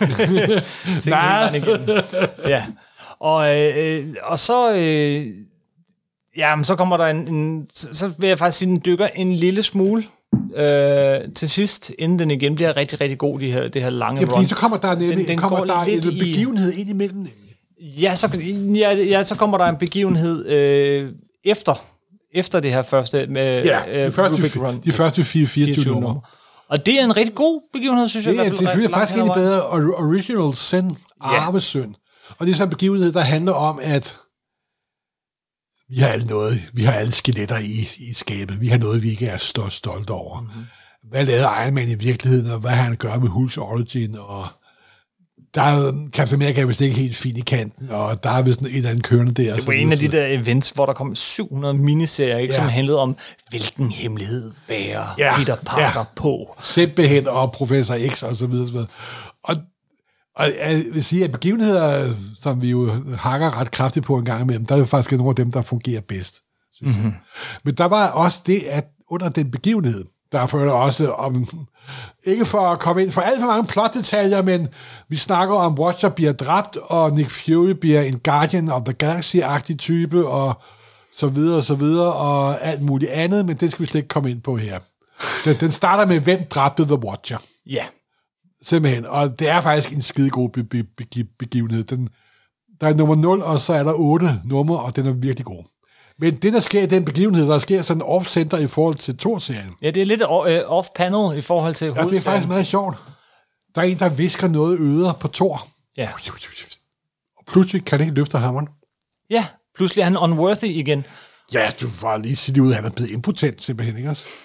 Speaker 3: Nej. Ja. Og, øh, og så, øh, ja, men så kommer der en, en, så vil jeg faktisk sige, den dykker en lille smule øh, til sidst, inden den igen bliver rigtig, rigtig god, de her, det her lange
Speaker 4: ja,
Speaker 3: run.
Speaker 4: fordi så kommer der, nemlig, den, den kommer der en begivenhed i, ind imellem, nemlig.
Speaker 3: Ja, så, ja, ja, så kommer der en begivenhed øh, efter, efter det her første med
Speaker 4: ja, de første, Rubik Run. De første fire fireogtyve numre.
Speaker 3: Og det er en rigtig god begivenhed, synes jeg.
Speaker 4: Det er, det er, det er faktisk egentlig bedre Original Sin, Arvesynd. Og det er sådan en begivenhed, der handler om, at vi har alle noget, vi har alle skeletter i, i skabet. Vi har noget, vi ikke er så stolte over. Mm-hmm. hvad lavede Iron Man i virkeligheden, og hvad han gør med Hulks origin, og der er Captain America vist ikke helt fin i kanten, og der er vist et eller andet kørende der.
Speaker 3: Det var en af de der events, hvor der kom syv hundrede miniserier, ikke, ja. som handlede om, hvilken hemmelighed bærer ja. Peter Parker ja. på.
Speaker 4: Simpelthen, og Professor X, og så videre, så videre. Og, og jeg vil sige, at begivenheder, som vi jo hakker ret kraftigt på en gang imellem, der er jo faktisk nogle af dem, der fungerer bedst. Mm-hmm. Men der var også det, at under den begivenhed, der føler også om, ikke for at komme ind for alt for mange plotdetaljer, men vi snakker om, Watcher bliver dræbt, og Nick Fury bliver en Guardian of the Galaxy-agtig type, og så videre, og så videre, og alt muligt andet, men det skal vi slet ikke komme ind på her. Den, den starter med, hvem dræbte The Watcher.
Speaker 3: Ja. Yeah.
Speaker 4: Simpelthen, og det er faktisk en skidegod be- be- be- begivenhed. Den, der er nummer nul, og så er der otte numre, og den er virkelig god. Men det, der sker i den begivenhed, der sker sådan en off-center i forhold til Thor-serien.
Speaker 3: Ja, det er lidt off-panel i forhold til hovedserien.
Speaker 4: Ja, det er faktisk meget sjovt. Der er en, der visker noget øder på Thor.
Speaker 3: Ja.
Speaker 4: Og pludselig kan det ikke løfte hammeren.
Speaker 3: Ja, pludselig er han unworthy igen.
Speaker 4: Ja, du får lige sige det ud, at han er blevet impotent, simpelthen, ikke også?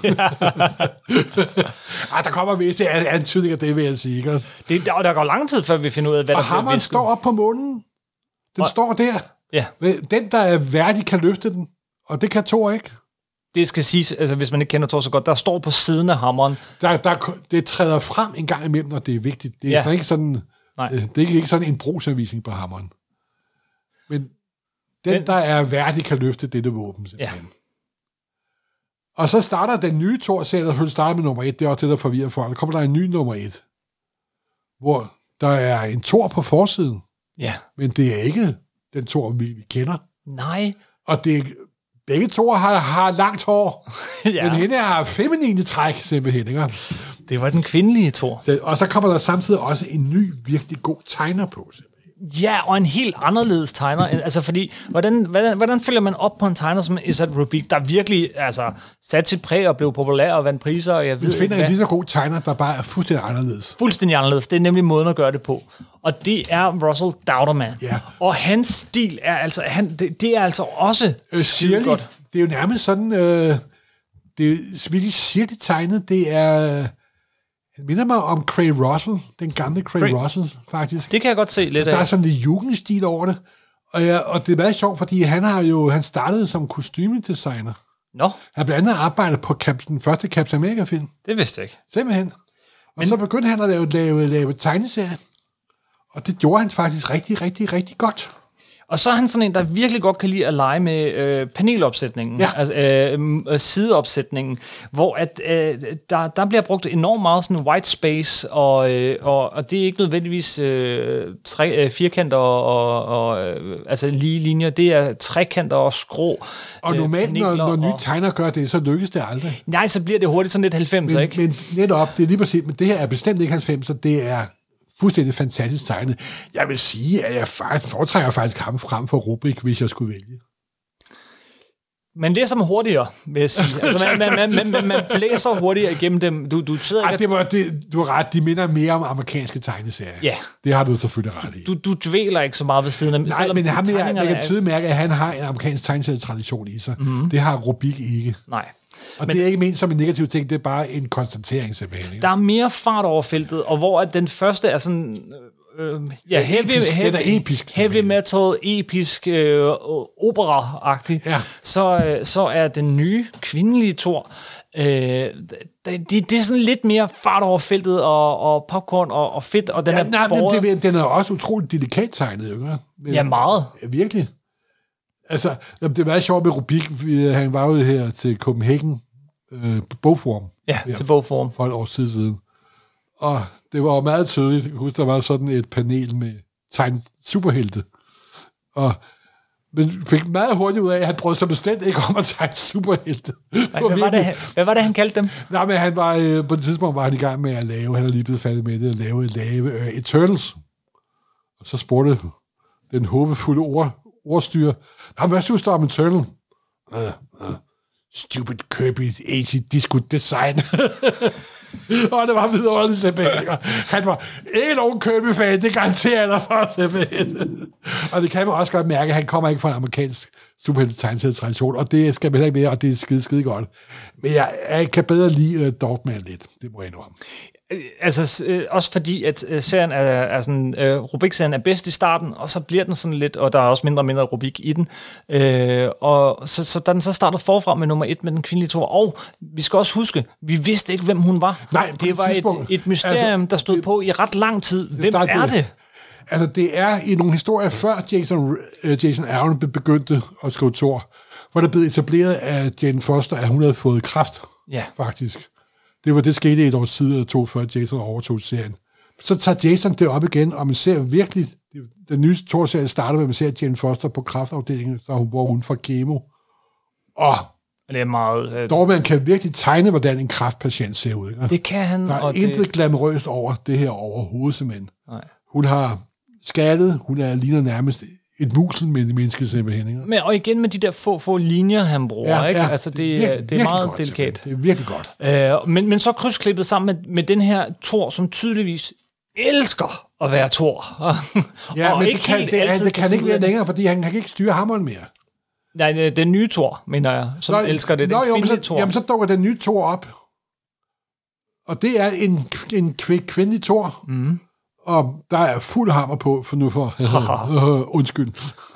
Speaker 4: Ej, der kommer visse antydninger, det vil jeg sige, ikke også?
Speaker 3: Det, der, der går lang tid, før vi finder ud af, hvad
Speaker 4: og
Speaker 3: der bliver
Speaker 4: hammeren står op på munden. Den og, står der.
Speaker 3: Ja.
Speaker 4: Den, der er værdig, kan løfte den, og det kan Thor ikke.
Speaker 3: Det skal siges, altså hvis man ikke kender Thor så godt, der står på siden af hammeren.
Speaker 4: Der, der, det træder frem en gang imellem, og det er vigtigt. Det er, ja. sådan ikke sådan,
Speaker 3: Nej.
Speaker 4: det er ikke sådan en brugsanvisning på hammeren. Men den, den, der er værdig, kan løfte dette våben, simpelthen. Ja. Og så starter den nye Thor-serie, der starter med nummer et, det er også det, der forvirrer folk. Der kommer der en ny nummer et, hvor der er en Thor på forsiden.
Speaker 3: Ja.
Speaker 4: Men det er ikke den Thor, vi, vi kender.
Speaker 3: Nej.
Speaker 4: Og det er, begge Thor har, har langt hår. Ja. Men hende har feminine træk, simpelthen, ikke?
Speaker 3: Det var den kvindelige Thor.
Speaker 4: Og så kommer der samtidig også en ny, virkelig god tegner på, simpelthen.
Speaker 3: Ja, og en helt anderledes tegner. Altså, fordi, hvordan, hvordan, hvordan følger man op på en tegner som Esad Robic, der virkelig altså, satte sit præg og blev populær og vandt priser, og jeg ved
Speaker 4: Du finder
Speaker 3: hvad.
Speaker 4: en lige så god tegner, der bare er fuldstændig anderledes.
Speaker 3: Fuldstændig anderledes. Det er nemlig måden at gøre det på. Og det er Russell Dauterman.
Speaker 4: Ja.
Speaker 3: Og hans stil er altså, han, det, det er altså også
Speaker 4: øh, sirlig. Godt. Det er jo nærmest sådan, øh, det er virkelig sirligt tegnet, det er... Det minder mig om Craig Russell, den gamle Craig, Craig Russell, faktisk.
Speaker 3: Det kan jeg godt se lidt af.
Speaker 4: Der er sådan lidt jugendstil over det. Og, ja, og det er meget sjovt, fordi han har jo han startede som kostymedesigner.
Speaker 3: Nå.
Speaker 4: Han blandt andet arbejdet på Cap, den første Captain America-film.
Speaker 3: Det vidste jeg ikke.
Speaker 4: Simpelthen. Og Men... så begyndte han at lave, lave, lave tegneserier. Og det gjorde han faktisk rigtig, rigtig, rigtig godt.
Speaker 3: Og så er han sådan en, der virkelig godt kan lide at lege med øh, panelopsætningen,
Speaker 4: ja.
Speaker 3: altså øh, sideopsætningen, hvor at, øh, der, der bliver brugt enormt meget sådan white space, og, øh, og, og det er ikke nødvendigvis øh, tre, øh, firkanter og, og, og øh, altså lige linjer, det er trekanter og skrå.
Speaker 4: Og normalt, øh, når, når nye tegner gør det, så lykkes det aldrig.
Speaker 3: Nej, så bliver det hurtigt sådan lidt halvfemser, ikke?
Speaker 4: Men netop, det er lige præcis, men det her er bestemt ikke halvfemser, det er fuldstændig fantastisk tegnet. Jeg vil sige, at jeg faktisk foretrækker faktisk ham frem for Rubik, hvis jeg skulle vælge.
Speaker 3: Man læser dem hurtigere, vil jeg sige. Altså, man, man, man, man, man blæser hurtigere igennem dem. Du, du, sidder
Speaker 4: Ej, det var, det, du har ret, de minder mere om amerikanske tegneserier.
Speaker 3: Ja.
Speaker 4: Det har du selvfølgelig ret i.
Speaker 3: Du, du dvæler ikke så meget ved siden af.
Speaker 4: Nej, men ham, jeg, jeg kan tydeligt mærke, at han har en amerikansk tegneserietradition i sig. Mm-hmm. Det har Rubik ikke.
Speaker 3: Nej.
Speaker 4: Og men det er ikke ment som en negativ ting, det er bare en konstatering simpelthen. Ikke?
Speaker 3: Der er mere fart over feltet, og hvor at den første er sådan... Øh, ja, heavy,
Speaker 4: episk,
Speaker 3: heavy,
Speaker 4: den er episk,
Speaker 3: heavy metal, episk, øh, opera-agtig,
Speaker 4: ja.
Speaker 3: så, øh, så er den nye kvindelige Thor, øh, det, det, det er sådan lidt mere fart over feltet, og, og popcorn og, og fedt, og den
Speaker 4: ja,
Speaker 3: er
Speaker 4: nej,
Speaker 3: båret.
Speaker 4: Den, den er også utroligt delikat tegnet, ikke?
Speaker 3: Ja, meget.
Speaker 4: Ja, virkelig. Altså, det var sjovt med Rubik, han var jo her til Copenhagen øh, bogform.
Speaker 3: Ja, til bogform.
Speaker 4: For et år siden. Og det var meget tydeligt. Jeg husker, der var sådan et panel med tegnet superhelte. Og men fik meget hurtigt ud af, at han brød sig bestemt ikke om at tegne superhelte.
Speaker 3: Nej, hvad, var det, hvad var det, han kaldte dem?
Speaker 4: Nej, men han var, øh, på det tidspunkt var han i gang med at lave, han er lige blevet færdig med det, at lave, lave uh, Eternals. Og så spurgte den håbefulde ord, ordstyre, nej, hvad synes du om Eternal? Uh, uh, stupid Kirby, eighty disco design. Og det var vidunderligt simpelthen. Han var ikke nogen Kirby-fan, det garanterer jeg dig for simpelthen. Og det kan man også godt mærke, at han kommer ikke fra en amerikansk superhelte-tegneserie-tradition, og det skal man heller ikke mere, og det er skide, skide godt. Men jeg, jeg kan bedre lide uh, Dogman lidt, det må jeg indrømme.
Speaker 3: Altså, øh, også fordi, at øh, serien er, er sådan, øh, Rubik-serien er bedst i starten, og så bliver den sådan lidt, og der er også mindre og mindre Rubik i den, øh, og så, så da den så starter forfra med nummer et med den kvindelige Thor, og vi skal også huske, vi vidste ikke, hvem hun var.
Speaker 4: Nej,
Speaker 3: det var et, et mysterium, altså, der stod det, på i ret lang tid. Hvem det, er det?
Speaker 4: Altså, det er i nogle historier, før Jason, uh, Jason Aaron begyndte at skrive Thor, hvor der blev etableret af Jane Foster, at hun havde fået kræft,
Speaker 3: ja. Faktisk.
Speaker 4: Det var det skete et år siden eller to, før Jason overtog serien. Så tager Jason det op igen, og man ser virkelig, den nye Thor-serie starter med, at man ser Jane Foster på kræftafdelingen, så hun, hvor hun får kemo. Og
Speaker 3: det er meget... Øh...
Speaker 4: Dorman kan virkelig tegne, hvordan en kræftpatient ser ud. Ikke?
Speaker 3: Det kan han.
Speaker 4: Der er
Speaker 3: og
Speaker 4: intet
Speaker 3: det...
Speaker 4: glamourøst over det her overhovedet, simpelthen.
Speaker 3: Nej.
Speaker 4: Hun har skaldet, hun er ligner nærmest et musel med menneske simpelthen.
Speaker 3: Men, og igen med de der få, få linjer, han bruger,
Speaker 4: ja,
Speaker 3: ikke?
Speaker 4: Ja,
Speaker 3: Altså, det,
Speaker 4: det, er, virkelig,
Speaker 3: det er meget
Speaker 4: godt,
Speaker 3: delikat.
Speaker 4: Det er virkelig godt.
Speaker 3: Øh, men, men så krydsklippet sammen med, med den her Thor, som tydeligvis elsker at være Thor.
Speaker 4: Ja,
Speaker 3: og
Speaker 4: men
Speaker 3: ikke
Speaker 4: det kan, det, det, det kan ikke være længere, fordi han kan ikke styre hammeren mere.
Speaker 3: Nej, den nye Thor, mener jeg, som nå, elsker det. Den
Speaker 4: nå,
Speaker 3: kvindelige
Speaker 4: så,
Speaker 3: Thor.
Speaker 4: Jamen, så dukker den nye Thor op. Og det er en, en kvindelig Thor.
Speaker 3: Mm.
Speaker 4: Og der er fuld hammer på, for nu for... øh, undskyld.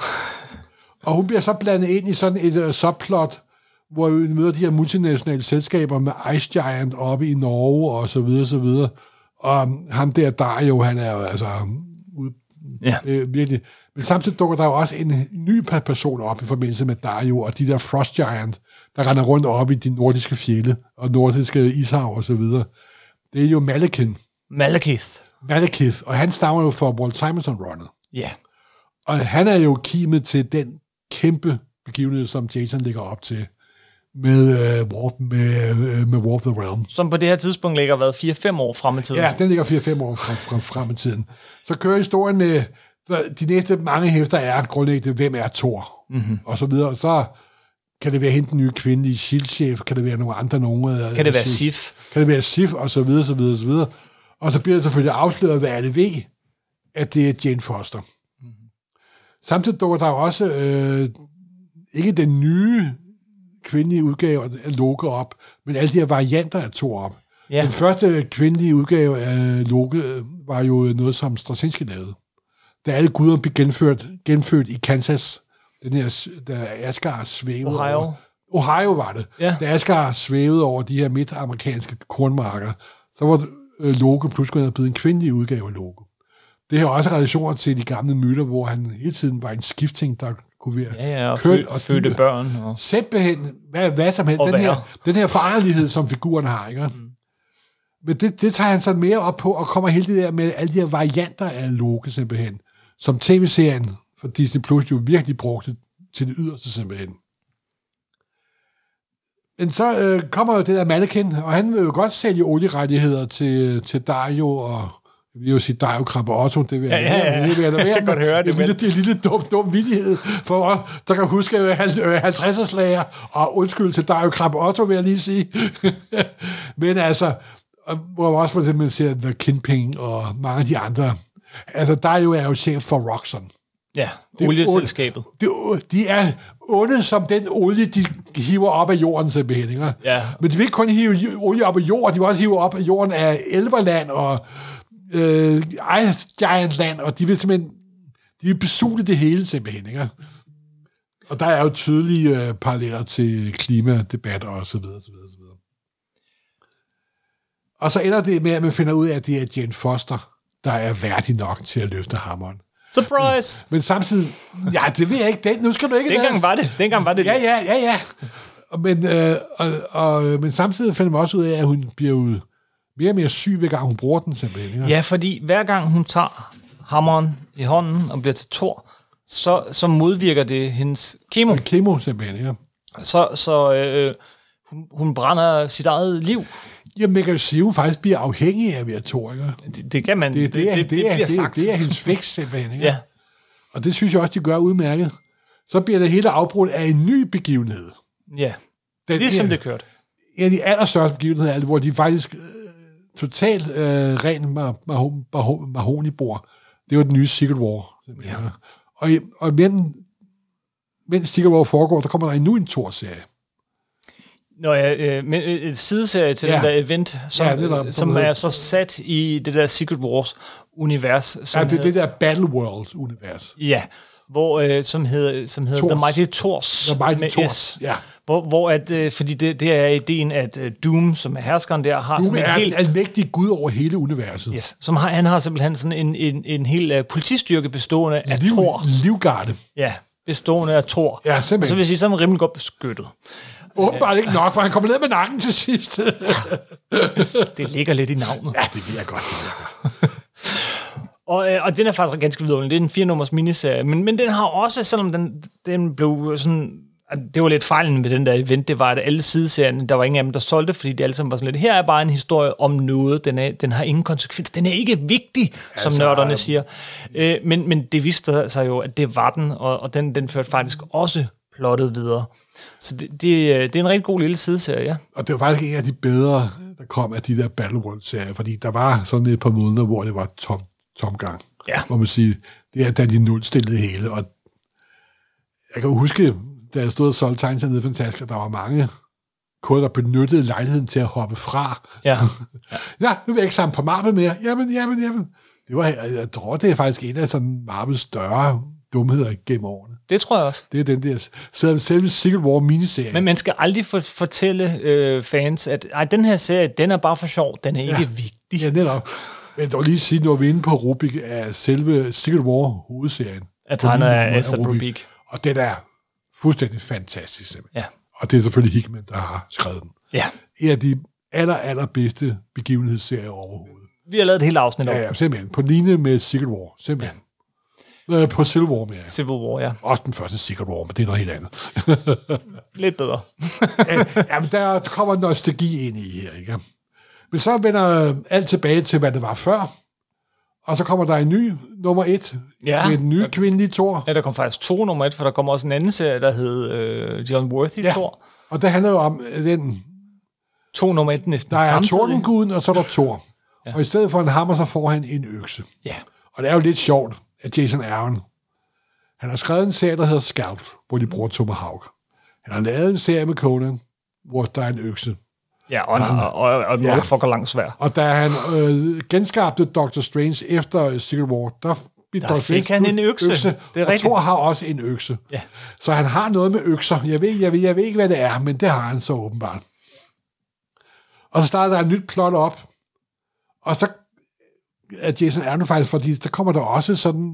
Speaker 4: Og hun bliver så blandet ind i sådan et uh, subplot, hvor vi møder de her multinationale selskaber med Ice Giant oppe i Norge, og så videre, så videre. Og ham der, Dario, han er jo altså... Ude,
Speaker 3: ja.
Speaker 4: Det er virkelig... Men samtidig dukker der jo også en ny person op i forbindelse med Dario, og de der Frost Giant, der render rundt op i de nordiske fjelde, og nordiske ishav, og så videre. Det er jo Malekith.
Speaker 3: Malekith.
Speaker 4: Malekith, og han stammer jo fra Walt Simonson-runnet.
Speaker 3: Ja. Yeah.
Speaker 4: Og han er jo kimet til den kæmpe begivenhed, som Jason ligger op til, med, uh, Warp, med, uh, med War of the Realm.
Speaker 3: Som på det her tidspunkt ligger været fire fem år frem i tiden.
Speaker 4: Ja, den ligger fire fem år frem, frem, frem i tiden. Så kører historien med, de næste mange hæfter er grundlæggende, hvem er Thor? Mm-hmm. Og så videre. Så kan det være hende den nye kvindelige S H I E L D-chef, kan det være nogle andre nogen.
Speaker 3: Kan det være Sif?
Speaker 4: Kan det være Sif, og så videre, så videre, så videre. Og så bliver det selvfølgelig afsløret, hvad alle ved, at det er Jane Foster. Mm-hmm. Samtidig dukker der jo også øh, ikke den nye kvindelige udgave af Loke op, men alle de her varianter af Thor op. Ja. Den første kvindelige udgave af Loke var jo noget, som Straczynski lavede. Da alle guder blev genført, genfødt i Kansas, den her, der Asgard svævede
Speaker 3: Ohio.
Speaker 4: over. Ohio var det.
Speaker 3: Ja.
Speaker 4: Da Asgard svævede over de her midtamerikanske kornmarker, så var Loke pludselig blevet en kvindelig udgave af Loke. Det har også relationer til de gamle myter, hvor han hele tiden var en skifting, der kunne være
Speaker 3: ja, ja, og
Speaker 4: køn
Speaker 3: og fødte børn. Og...
Speaker 4: Simpelthen, hvad, hvad som helst. Den her, den her foranderlighed, som figuren har, ikke? Mm. Men det, det tager han så mere op på, og kommer hele det der med alle de her varianter af Loke, simpelthen. Som tv-serien for Disney Plus jo virkelig brugte til det yderste, simpelthen. Men så øh, kommer jo det der Malekith, og han vil jo godt sælge olierettigheder til, til Dario, og jeg vil jo sige Dario Krabbe Otto, det vil jeg
Speaker 3: ja, ja, ja.
Speaker 4: Det vil jeg,
Speaker 3: jeg kan godt høre det.
Speaker 4: Det er en lille, lille dum, dum vittighed, for der kan huske halvtredserslager, og undskyld til Dario Krabbe Otto, vil jeg lige sige. Men altså, hvor man også for eksempel ser The Kingpin og mange af de andre. Altså, Dario er jo chef for Roxxon.
Speaker 3: Ja, olieselskabet.
Speaker 4: De, de er onde som den olie, de hiver op af jorden, simpelthen.
Speaker 3: Ja.
Speaker 4: Men de vil ikke kun hive olie op af jorden, de vil også hive op af jorden af Elverland og øh, Ice Giant Land, og de vil simpelthen de vil besudle det hele, simpelthen. Ikke? Og der er jo tydelige øh, paralleller til klimadebatter og så videre, så videre, så videre. Og så ender det med, at man finder ud af, at det er Jane Foster, der er værdig nok til at løfte hammeren.
Speaker 3: Surprise!
Speaker 4: Men samtidig... Ja, det ved jeg ikke. Den, nu skal du ikke...
Speaker 3: Dengang var det. Dengang var det.
Speaker 4: Ja, ja, ja, ja. Men, øh, og, og, men samtidig finder man også ud af, at hun bliver ud mere og mere syg, hver gang hun bruger den, simpelthen.
Speaker 3: Ja, fordi hver gang hun tager hammeren i hånden og bliver til Thor, så, så modvirker det hendes kemo.
Speaker 4: Og kemo, simpelthen, ja.
Speaker 3: Så, så øh, hun, hun brænder sit eget liv.
Speaker 4: Jamen, man kan jo sige, at hun faktisk bliver afhængig af at være Thor, ikke?
Speaker 3: Det, det kan man...
Speaker 4: Det, det, det, er, det, det, er, det,
Speaker 3: sagt.
Speaker 4: det er hendes fix, simpelthen, ikke?
Speaker 3: Ja.
Speaker 4: Og det synes jeg også, de gør udmærket. Så bliver det hele afbrudt af en ny begivenhed.
Speaker 3: Ja,
Speaker 4: Den,
Speaker 3: det er som det kørt.
Speaker 4: En af de allerstørste begivenheder, hvor de faktisk totalt øh, ren mahogni-bord. Det var den nye Secret War. Ja. Og, og mens, mens Secret War foregår, der kommer der endnu en Thor-serie.
Speaker 3: Nå ja, øh, men et sideserie til ja. den der event, som, ja, det der, som er så sat i det der Secret Wars-univers.
Speaker 4: Ja, det er det der Battle World-univers.
Speaker 3: Ja, hvor, øh, som hedder, som hedder The Mighty Thors.
Speaker 4: The Mighty Thors, ja.
Speaker 3: Hvor, hvor at, øh, fordi det, det er ideen, at øh, Doom, som er herskeren der, har
Speaker 4: Doom
Speaker 3: sådan en
Speaker 4: er
Speaker 3: helt...
Speaker 4: en almægtig gud over hele universet.
Speaker 3: Yes, som har, han har simpelthen sådan en, en, en hel uh, politistyrke bestående af
Speaker 4: Liv,
Speaker 3: Thor.
Speaker 4: Livgarde.
Speaker 3: Ja, bestående af Thor.
Speaker 4: Ja, simpelthen.
Speaker 3: Og så vil jeg sige, så er man rimelig godt beskyttet.
Speaker 4: Åbenbart ikke nok, for han kommer ned med nakken til sidst.
Speaker 3: Det ligger lidt i navnet.
Speaker 4: Ja, det vil jeg godt.
Speaker 3: og, øh, og den er faktisk ganske vidunderlig. Det er en fire-nummers miniserie. Men, men den har også, selvom den, den blev sådan... Det var lidt fejlen med den der event, det var, at alle sideserierne, der var ingen af dem, der solgte, fordi det alle sammen var sådan lidt, her er bare en historie om noget, den, er, den har ingen konsekvens, den er ikke vigtig, som altså, nørderne siger. Øh, men, men det viste sig jo, at det var den, og, og den, den førte faktisk også plottet videre. Så det, det, det er en rigtig god lille sideserie, ja.
Speaker 4: Og det var faktisk en af de bedre, der kom af de der Battle World-serier, fordi der var sådan et par måneder, hvor det var tom, tomgang.
Speaker 3: Ja.
Speaker 4: Hvor man siger, det er da de nulstillede hele, og jeg kan huske, da jeg stod og solgte tegneserier nede i Fantastisk, der var mange kunder, der benyttede lejligheden til at hoppe fra.
Speaker 3: Ja.
Speaker 4: Ja, ja nu vil jeg ikke sammen på Marvel mere. Jamen, jamen, jamen. Det var, jeg tror, det er faktisk en af sådan Marvels større dumheder gennem årene.
Speaker 3: Det tror jeg også.
Speaker 4: Det er den der selve Secret War miniserie.
Speaker 3: Men man skal aldrig for, fortælle øh, fans, at ej, den her serie, den er bare for sjov, den er ikke
Speaker 4: ja.
Speaker 3: vigtig.
Speaker 4: Ja, netop. Men dog lige sige, nu er vi inde på Rubik af selve Secret War hovedserien.
Speaker 3: Jeg tegner af Asad Rubik.
Speaker 4: Og den er fuldstændig fantastisk, simpelthen.
Speaker 3: Ja.
Speaker 4: Og det er selvfølgelig Hickman, der har skrevet den.
Speaker 3: Ja.
Speaker 4: En af de aller, allerbedste begivenhedsserier overhovedet.
Speaker 3: Vi har lavet et helt afsnit om.
Speaker 4: Ja, ja, simpelthen. På linje med Secret War, simpelthen. Ja. På Civil War, mere.
Speaker 3: Civil War, ja.
Speaker 4: Også den første Secret War, men det er noget helt andet.
Speaker 3: Lidt bedre.
Speaker 4: ja, men der kommer nostalgi ind i her, ikke? Men så vender alt tilbage til, hvad det var før. Og så kommer der en ny nummer et, ja. Med den nye kvindelige Thor.
Speaker 3: Ja, der kom faktisk to nummer et, for der kommer også en anden serie, der hed øh, John Worthy
Speaker 4: ja.
Speaker 3: Thor.
Speaker 4: Og det handler jo om den...
Speaker 3: To nummer et næsten
Speaker 4: der er
Speaker 3: samtidig.
Speaker 4: Tordenguden, og så er der Thor. Ja. Og i stedet for en hammer, så får han en økse.
Speaker 3: Ja.
Speaker 4: Og det er jo lidt sjovt, at Jason Aaron, han har skrevet en serie, der hedder Scalp, hvor de bruger Tomahawk. Han har lavet en serie med Conan, hvor der er en økse.
Speaker 3: Ja, og, og, og, og, og ja. fucker langt svær.
Speaker 4: Og da han øh, genskabte Doctor Strange efter Secret War, der,
Speaker 3: der fik han en økse. økse
Speaker 4: det er og Thor har også en økse.
Speaker 3: Ja.
Speaker 4: Så han har noget med økser. Jeg ved, jeg, ved, jeg ved ikke, hvad det er, men det har han så åbenbart. Og så starter der et nyt plot op, og så er Jason Aaron faktisk, fordi der kommer der også sådan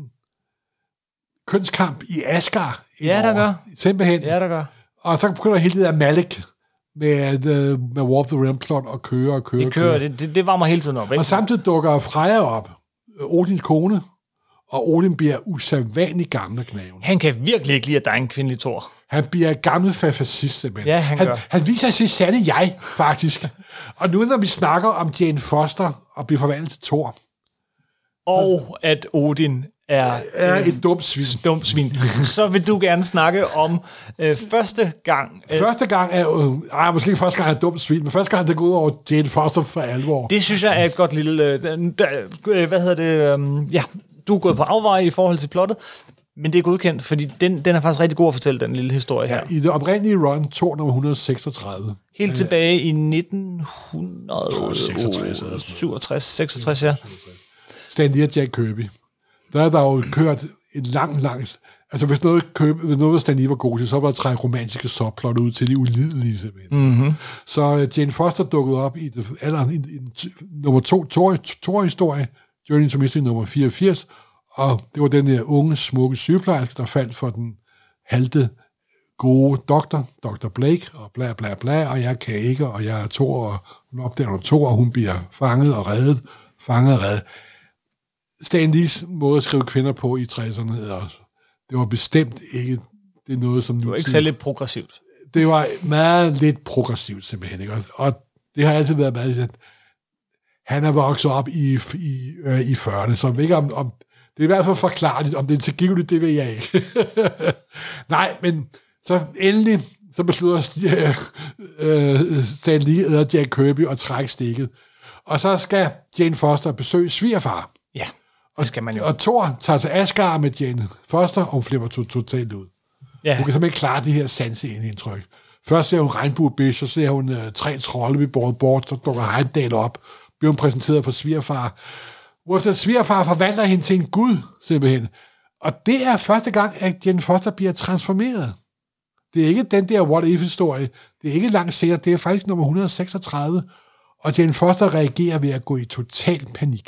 Speaker 4: kønskamp i Asgard.
Speaker 3: Ja, der gør.
Speaker 4: Simpelthen.
Speaker 3: Ja, der gør.
Speaker 4: Og så begynder hele det der Malik med, uh, med War of the Realm plot og køre og køre.
Speaker 3: Det kører, det, det, det varmer hele tiden op, ikke?
Speaker 4: Og samtidig dukker Freja op, Odins kone, og Odin bliver usædvanligt gammel af knaven.
Speaker 3: Han kan virkelig ikke lide, at der er en kvindelig Thor.
Speaker 4: Han bliver gammel fascist, simpelthen.
Speaker 3: Ja, han,
Speaker 4: han
Speaker 3: gør.
Speaker 4: Han viser sig sande jeg, faktisk. Og nu, når vi snakker om Jane Foster og bliver forvandlet til Thor.
Speaker 3: Og at Odin er,
Speaker 4: er et dumt svin.
Speaker 3: dumt svin. Så vil du gerne snakke om øh, første gang.
Speaker 4: Øh, første gang er, øh, ej, måske ikke første gang er et dumt svin, men første gang det går ud over Jane Foster for alvor.
Speaker 3: Det synes jeg er et godt lille, øh, hvad hedder det, øh, ja, du er gået på afveje i forhold til plottet, men det er godkendt, fordi den, den er faktisk rigtig god at fortælle, den lille historie her.
Speaker 4: Ja, i det oprindelige run, Thor nummer et hundrede og seksogtredive.
Speaker 3: Helt øh, tilbage i nitten syvogtres seksogtres, ja.
Speaker 4: Stan Lee og Jack Kirby. Der er der jo kørt en lang, lang... Altså, hvis noget, Kirby, hvis noget Stan Lee var god til, så var der trække romantiske subplot ud til de ulidelige, simpelthen.
Speaker 3: Mm-hmm.
Speaker 4: Så Jane Foster dukkede op i, det, eller, i, i, i nummer to, Thor-historie, Journey to Mystery nummer fireogfirs, og det var den der unge, smukke sygeplejerske, der faldt for den halte, gode doktor, doktor Blake, og bla bla bla, og jeg kan ikke, og jeg er Thor, og hun opdager Thor, og hun bliver fanget og reddet, fanget og reddet. Stan Lees måde at skrive kvinder på i tresserne, det var bestemt ikke det er noget, som nu...
Speaker 3: Det var ikke særlig progressivt.
Speaker 4: Det var meget lidt progressivt, simpelthen. Ikke? Og det har altid været meget... Han er vokset op i, i, øh, i fyrrerne, så ikke om, om... Det er i hvert fald forklarligt, om det er tilgiveligt, det ved jeg ikke. Nej, men så endelig, så beslutter øh, øh, Stan Lee og Jack Kirby at trække stikket. Og så skal Jane Foster besøge svigerfar.
Speaker 3: Ja, det skal man jo.
Speaker 4: Og, og Thor tager til Asgard med Jane Foster, og hun flipper to- totalt ud.
Speaker 3: Ja.
Speaker 4: Hun kan simpelthen ikke klare de her sanseindtryk. Først ser hun regnbuebish, så ser hun uh, tre trolde blive båret bort, så dukker Heimdall op, bliver hun præsenteret for svigerfar. Hvor svigerfar forvandler hende til en gud, simpelthen. Og det er første gang, at Jane Foster bliver transformeret. Det er ikke den der what-if-historie. Det er ikke langt senere. Det er faktisk nummer et hundrede og seksogtredive. Og Jane Foster reagerer ved at gå i total panik.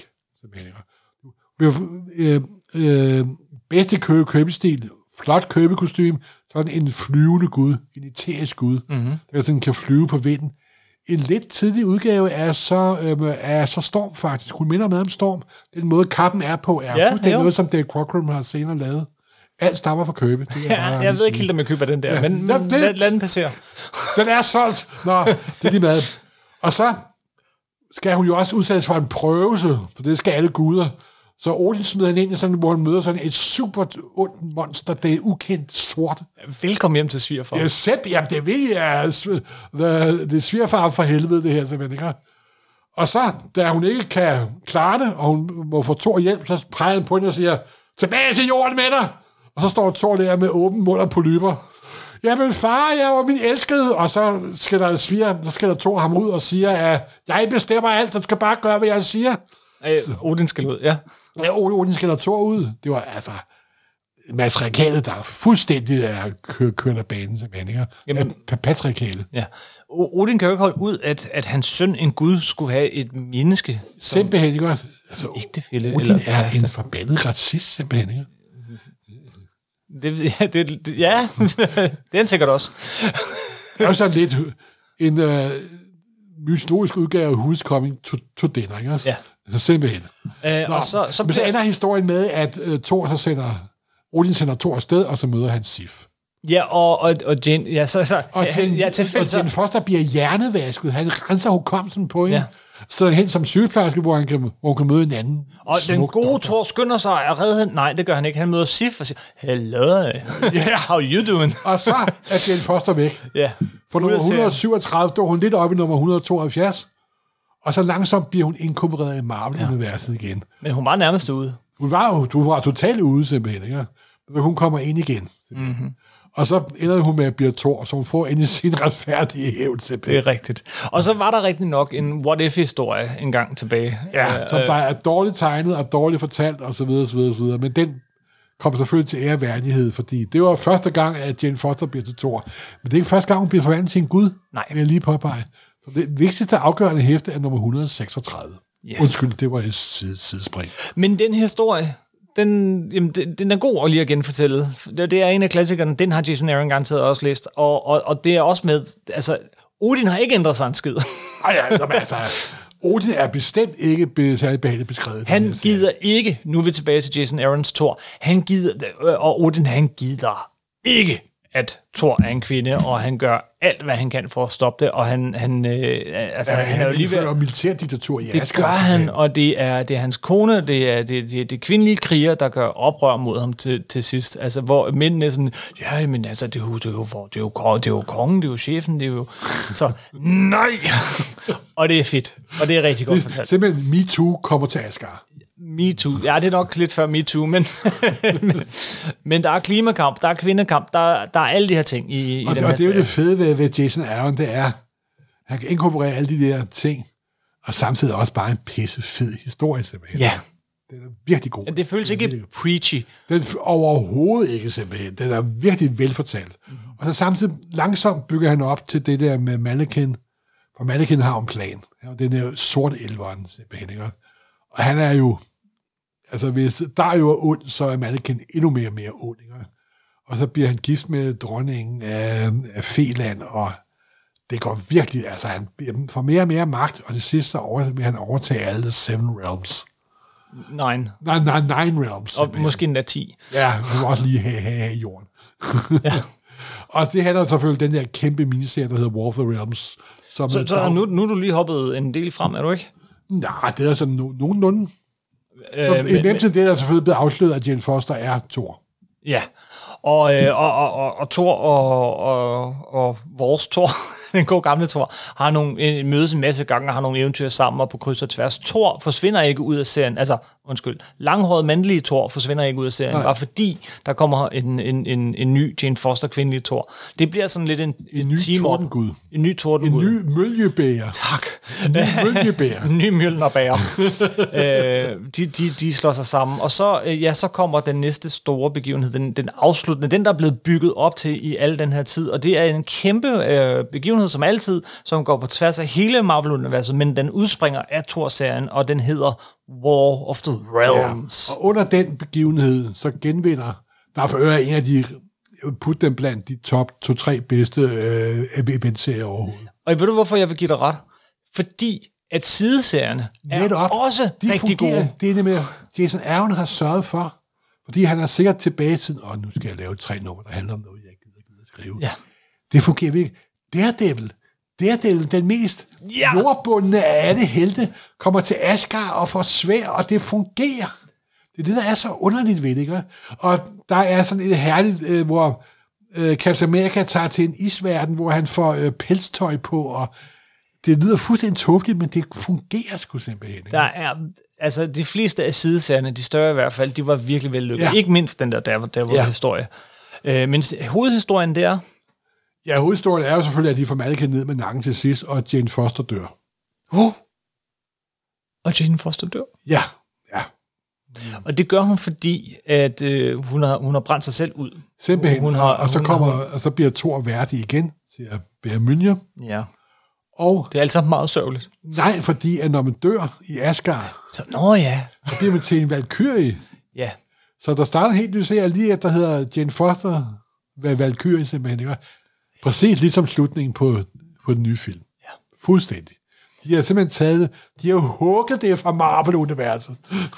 Speaker 4: Øh, øh, bedste kø- købestil, flot købekostyme, sådan en flyvende gud, en eterisk gud, mm-hmm. der sådan kan flyve på vinden. En lidt tidlig udgave er så, øh, er så Storm faktisk. Hun minder meget om Storm. Den måde kappen er på, er
Speaker 3: ja,
Speaker 4: det er noget, som Dave Cockrum har senere lavet. Alt stammer fra Købe. Det
Speaker 3: ja, jeg, jeg ved ikke helt, om jeg køber den der, ja, men, men det, lad, lad den passere.
Speaker 4: Den er solgt. Nå, det er de mad. Og så skal hun jo også udsættes for en prøvelse, for det skal alle guder. Så Odin smider hende ind i sådan, hvor han møder sådan et super ondt monster, det er ukendt sort.
Speaker 3: Velkommen hjem til svigerfar.
Speaker 4: Ja, Sepp, jamen det vil jeg. Det er svigerfar for helvede, det her simpelthen, ikke? Og så, da hun ikke kan klare det, og hun må få Thor hjælp, så peger han på hende og siger, tilbage til jorden med dig! Og så står Thor der med åben mund og polypper. Jamen far, jeg var min elskede. Og så skal der sviger, så skal der Thor ham ud og siger, at jeg bestemmer alt, du skal bare gøre, hvad jeg siger.
Speaker 3: Æ, Odin skal ud, ja.
Speaker 4: Ja, Odin skal der Thor ud. Det var altså matriarkalet, der fuldstændig er kø- kørt af banen, simpelthen, ikke? Patriarkalet.
Speaker 3: Ja. Odin kan jo ikke holde ud, at, at hans søn, en gud, skulle have et menneske.
Speaker 4: Simpelthen, ikke? Altså,
Speaker 3: ægtefælle.
Speaker 4: Odin eller er en forbandet racist, simpelthen, ikke?
Speaker 3: Det, ja, det, det, ja, det er han sikkert også.
Speaker 4: Det er også lidt en øh, mytologisk udgave af Who's Coming to, to Dinner, ikke også?
Speaker 3: Ja.
Speaker 4: Så simpelthen.
Speaker 3: Øh,
Speaker 4: Nå,
Speaker 3: og så, så,
Speaker 4: men så ender historien med, at uh, Thor så sender, Odin sender Thor afsted, og så møder han Sif.
Speaker 3: Ja, og, og, og Jane, ja, så, så,
Speaker 4: og
Speaker 3: han, ja, tilfældigt,
Speaker 4: og Jane Foster bliver hjernevasket. Han renser hukommelsen på hende. Ja. Så hen som sygeplejerske, hvor han kan, hvor han kan møde en anden.
Speaker 3: Og den gode doktor. Thor skynder sig at redde hende. Nej, det gør han ikke. Han møder Sif og siger, hello, yeah. How you doing?
Speaker 4: Og så er Jane Foster væk.
Speaker 3: Ja.
Speaker 4: For nummer et hundrede og syvogtredive, der var hun lidt oppe i nummer et hundrede og tooghalvfjerds. Og så langsomt bliver hun inkorporeret i Marvel-universet ja. igen.
Speaker 3: Men hun var nærmest ude.
Speaker 4: Hun var jo hun var totalt ude, simpelthen. Ikke? Så hun kommer ind igen.
Speaker 3: Mm-hmm.
Speaker 4: Og så ender hun med at blive Thor, så hun får endelig sin retfærdige hævn, simpelthen.
Speaker 3: Det er rigtigt. Og så var der rigtig nok en what-if-historie en gang tilbage.
Speaker 4: Ja, øh, som der er dårligt tegnet og dårligt fortalt, og så videre, så videre, så videre. Men den kom selvfølgelig til æreværdighed, fordi det var første gang, at Jane Foster bliver til Thor. Men det er ikke første gang, hun bliver forvandlet til en gud,
Speaker 3: Nej.
Speaker 4: vil jeg lige påpege. Så det vigtigste afgørende hæfte er nummer et hundrede og seksogtredive. Yes. Undskyld, det var et sidespring.
Speaker 3: Men den historie, den, jamen, den, den er god at lige at genfortælle. Det, det er en af klassikerne, den har Jason Aaron garanteret også læst. Og, og, og det er også med, altså, Odin har ikke ændret sig en skid. Ej,
Speaker 4: ja, men altså, Odin er bestemt ikke be, særlig behageligt beskrevet.
Speaker 3: Han gider ikke, nu er vi tilbage til Jason Aarons Thor, han gider, og Odin, han gider ikke, at Thor er en kvinde, og han gør alt, hvad han kan for at stoppe det, og han, han, øh, altså,
Speaker 4: ja,
Speaker 3: han,
Speaker 4: han
Speaker 3: er jo lige ved...
Speaker 4: militærdiktatur i
Speaker 3: Det
Speaker 4: Asgard,
Speaker 3: gør han, og det er, det er hans kone, det er det, det, det kvindelige kriger, der gør oprør mod ham til, til sidst. Altså, hvor mændene er sådan, ja, men altså, det er jo, det er jo, det er jo, det er jo kongen, det er jo chefen, det er jo... Så, nej! Og det er fedt, og det er rigtig godt fortalt.
Speaker 4: Simpelthen, MeToo kommer til Asgard.
Speaker 3: MeToo. Ja, det er nok lidt før MeToo, men, men, men der er klimakamp, der er kvindekamp, der, der er alle de her ting i, i
Speaker 4: og
Speaker 3: den
Speaker 4: det,
Speaker 3: her
Speaker 4: og det er jo det fede ved, ved Jason Aaron, det er, han kan inkorporere alle de der ting, og samtidig også bare en pisse fed historie, simpelthen.
Speaker 3: Ja.
Speaker 4: Den er virkelig god.
Speaker 3: Det føles ikke virkelig preachy.
Speaker 4: Den er overhovedet ikke, simpelthen. Den er virkelig velfortalt. Mm-hmm. Og så samtidig langsomt bygger han op til det der med Malekith, for Malekith har en plan. Den er sorte elveren, simpelthen, ikke? Og han er jo, altså hvis der er jo ond, så er Malekith endnu mere og mere ond, ikke? Og så bliver han gift med dronningen af, af Feland, og det går virkelig, altså han får mere og mere magt, og til sidst så over, vil han overtage alle The Seven Realms.
Speaker 3: Nine.
Speaker 4: Nej, nej, Nine Realms.
Speaker 3: Og måske endda ti.
Speaker 4: Ja, han vil også lige have, have, have jorden. Ja. Og det handler selvfølgelig den der kæmpe miniserie, der hedder War of the Realms. Som
Speaker 3: så så nu, nu er du lige hoppet en del frem, er du ikke?
Speaker 4: Nej, det er sådan no, nogenlunde. Øh, I dem til det er selvfølgelig blevet afsløret, at Jane Foster er Thor.
Speaker 3: Ja, og, øh, og, og, og, og Thor og, og, og vores Thor, den gode gamle Thor, har nogle, mødes en masse gange og har nogle eventyr sammen og på kryds og tværs. Thor forsvinder ikke ud af serien, altså, undskyld, langhåret mandlige Thor forsvinder ikke ud af serien, Nej. bare fordi der kommer en, en, en, en ny Jane Foster kvindelig Thor. Det bliver sådan lidt en,
Speaker 4: en ny tordengud.
Speaker 3: En ny tordengud.
Speaker 4: En ny mølgebæger.
Speaker 3: Tak.
Speaker 4: En ny mølgebæger.
Speaker 3: En ny mjølnerbæger. øh, de, de, de slår sig sammen. Og så, ja, så kommer den næste store begivenhed, den, den afsluttende, den der er blevet bygget op til i al den her tid, og det er en kæmpe øh, begivenhed, som altid, som går på tværs af hele Marvel-universet, men den udspringer af Thor-serien, og den hedder War of the Realms.
Speaker 4: Ja, og under den begivenhed, så genvinder, der er for øvrigt en af de, put dem blandt de top to-tre bedste øh, eventserier overhovedet.
Speaker 3: Og ved du, hvorfor jeg vil give dig ret? Fordi at sideserierne er
Speaker 4: Netop,
Speaker 3: også
Speaker 4: de
Speaker 3: rigtig
Speaker 4: fungerer,
Speaker 3: gode.
Speaker 4: Det er det med, Jason Aaron har sørget for, fordi han er sikkert tilbage til, og nu skal jeg lave tre numre, der handler om noget, jeg ikke gider, gider at skrive.
Speaker 3: Ja.
Speaker 4: Det fungerer virkelig. Daredevil, Daredevil, den mest
Speaker 3: ja.
Speaker 4: jordbundne af alle helte, kommer til Asgard og får svær, og det fungerer. Det er det, der er så underligt ved det, ikke? Og der er sådan et herligt, øh, hvor øh, Captain America tager til en isverden, hvor han får øh, pelstøj på, og det lyder fuldstændig tåbeligt, men det fungerer sgu simpelthen. Ikke?
Speaker 3: Der er, altså de fleste af sideserierne, de større i hvert fald, de var virkelig vellykket. Ja. Ikke mindst den der, der, der var ja. historie. Øh, men hovedhistorien der...
Speaker 4: Ja, hovedhistorien er jo selvfølgelig, at de får Malika ned med nakken til sidst, og Jane Foster dør.
Speaker 3: Uh. Og Jane Foster dør?
Speaker 4: Ja, ja.
Speaker 3: Og det gør hun, fordi at øh, hun, har, hun har brændt sig selv ud.
Speaker 4: Simpelthen, hun har, og, så kommer, har, og så bliver Thor værdig igen til at bære Mjølnir.
Speaker 3: Ja.
Speaker 4: Og
Speaker 3: det er altså meget sørgeligt.
Speaker 4: Nej, fordi at når man dør i Asgard,
Speaker 3: så, nå ja.
Speaker 4: så bliver man til en valkyrie.
Speaker 3: Ja.
Speaker 4: Så der starter helt ny serie lige efter, der hedder Jane Foster valkyrie simpelthen. Ikke? Præcis ligesom slutningen på, på den nye film.
Speaker 3: Ja.
Speaker 4: Fuldstændig. De har simpelthen taget, de har hugget det fra Marvel-universet.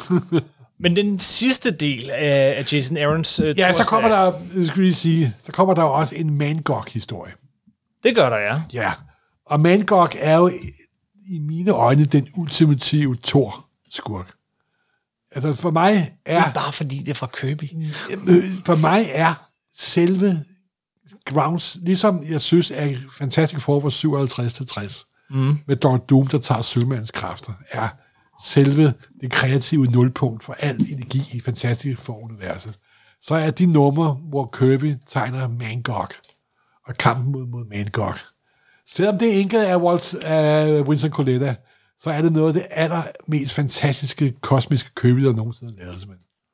Speaker 3: Men den sidste del af Jason Aarons uh,
Speaker 4: ja, så kommer der, skal vi sige, så kommer der også en Mangok-historie.
Speaker 3: Det gør der, ja.
Speaker 4: Ja, og Mangok er jo i mine øjne den ultimative Thor-skurk. Altså for mig er...
Speaker 3: Det er bare fordi det er fra Kirby.
Speaker 4: For mig er selve Grounds, ligesom jeg synes er Fantastic Four fra syvoghalvtreds til tres, mm. med Doctor Doom, der tager Sølvmandens kræfter, er selve det kreative nulpunkt for al energi i Fantastic Four-universet. Så er de numre, hvor Kirby tegner Mangok og kampen mod, mod Mangok. Selvom det er enket af, Walt, af Winston Coletta, så er det noget af det allermest fantastiske kosmiske Kirby, der nogensinde har lavet.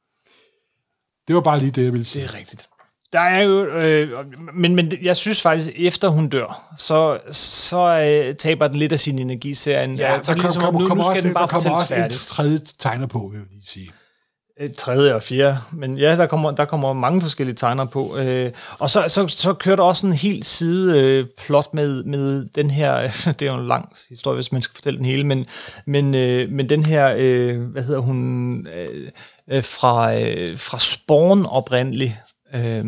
Speaker 4: Det var bare lige det, jeg ville sige.
Speaker 3: Det er rigtigt. Der er jo, øh, men, men jeg synes faktisk, efter hun dør, så, så øh, taber den lidt af sin energi-serien.
Speaker 4: Ja,
Speaker 3: så
Speaker 4: der
Speaker 3: ligesom,
Speaker 4: kommer,
Speaker 3: nu,
Speaker 4: kommer,
Speaker 3: nu skal
Speaker 4: også,
Speaker 3: den bare
Speaker 4: der kommer også
Speaker 3: færdigt.
Speaker 4: et tredje tegner på, vil jeg lige sige.
Speaker 3: Et tredje og fjerde, men ja, der kommer, der kommer mange forskellige tegner på. Øh, og så, så, så kører der også en helt side øh, plot med, med den her, det er jo en lang historie, hvis man skal fortælle den hele, men, men, øh, men den her, øh, hvad hedder hun, øh, øh, fra, øh, fra Spawn oprindeligt. Øh,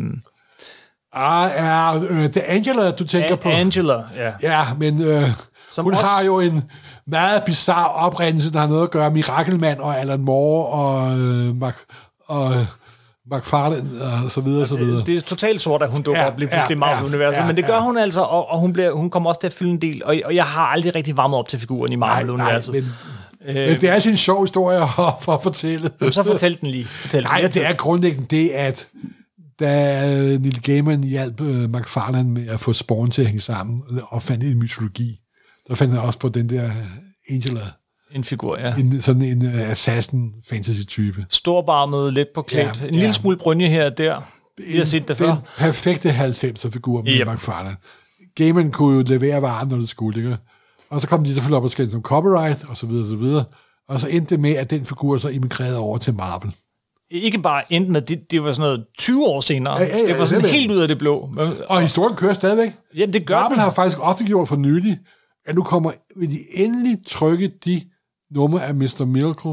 Speaker 4: Ah, ja, øh, det er Angela, du tænker
Speaker 3: A-
Speaker 4: på.
Speaker 3: Angela, ja.
Speaker 4: Ja, men øh, hun
Speaker 3: også...
Speaker 4: har jo en meget bizarre oprindelse, der har noget at gøre med Mirakelmand og Alan Moore og, øh, Mac, og McFarlane og så videre, og så videre.
Speaker 3: Det er totalt sort, at hun dukker
Speaker 4: ja,
Speaker 3: op lige pludselig i
Speaker 4: ja,
Speaker 3: Marvel-universet,
Speaker 4: ja,
Speaker 3: men det gør
Speaker 4: ja.
Speaker 3: hun altså, og, og hun, bliver, hun kommer også til at fylde en del, og, og jeg har aldrig rigtig varmet op til figuren i Marvel-universet.
Speaker 4: Nej, nej, men, øh, men det er sin sjov historie for at fortælle.
Speaker 3: Så fortæl den lige. Fortæl
Speaker 4: nej,
Speaker 3: den.
Speaker 4: det er grundlæggende det, at da Neil Gaiman hjalp uh, McFarlane med at få Spawn til at hænge sammen og fandt en mytologi, der fandt han også på den der Angela.
Speaker 3: En figur, ja.
Speaker 4: En, sådan en uh, assassin-fantasy-type.
Speaker 3: Storbarmet, let på klædt. Ja, en ja. lille smule brynje her og der. Vi har set det før.
Speaker 4: Den perfekte halvfemser-figur med
Speaker 3: yep.
Speaker 4: McFarlane. Gaiman kunne jo levere varen, når det skulle, ikke? Og så kom de selvfølgelig op og skændte som copyright, og så videre, og så videre. Og så endte det med, at den figur så emigrerede over til Marvel.
Speaker 3: Ikke bare endte med, det, det var sådan noget tyve år senere. Ja, ja, ja, det var sådan det helt ud af det blå. Men,
Speaker 4: og historien kører stadigvæk.
Speaker 3: Jamen, det gør
Speaker 4: Marvel
Speaker 3: den.
Speaker 4: har faktisk ofte gjort for nylig, at nu kommer, vil de endelig trykke de numre af mister Miracle,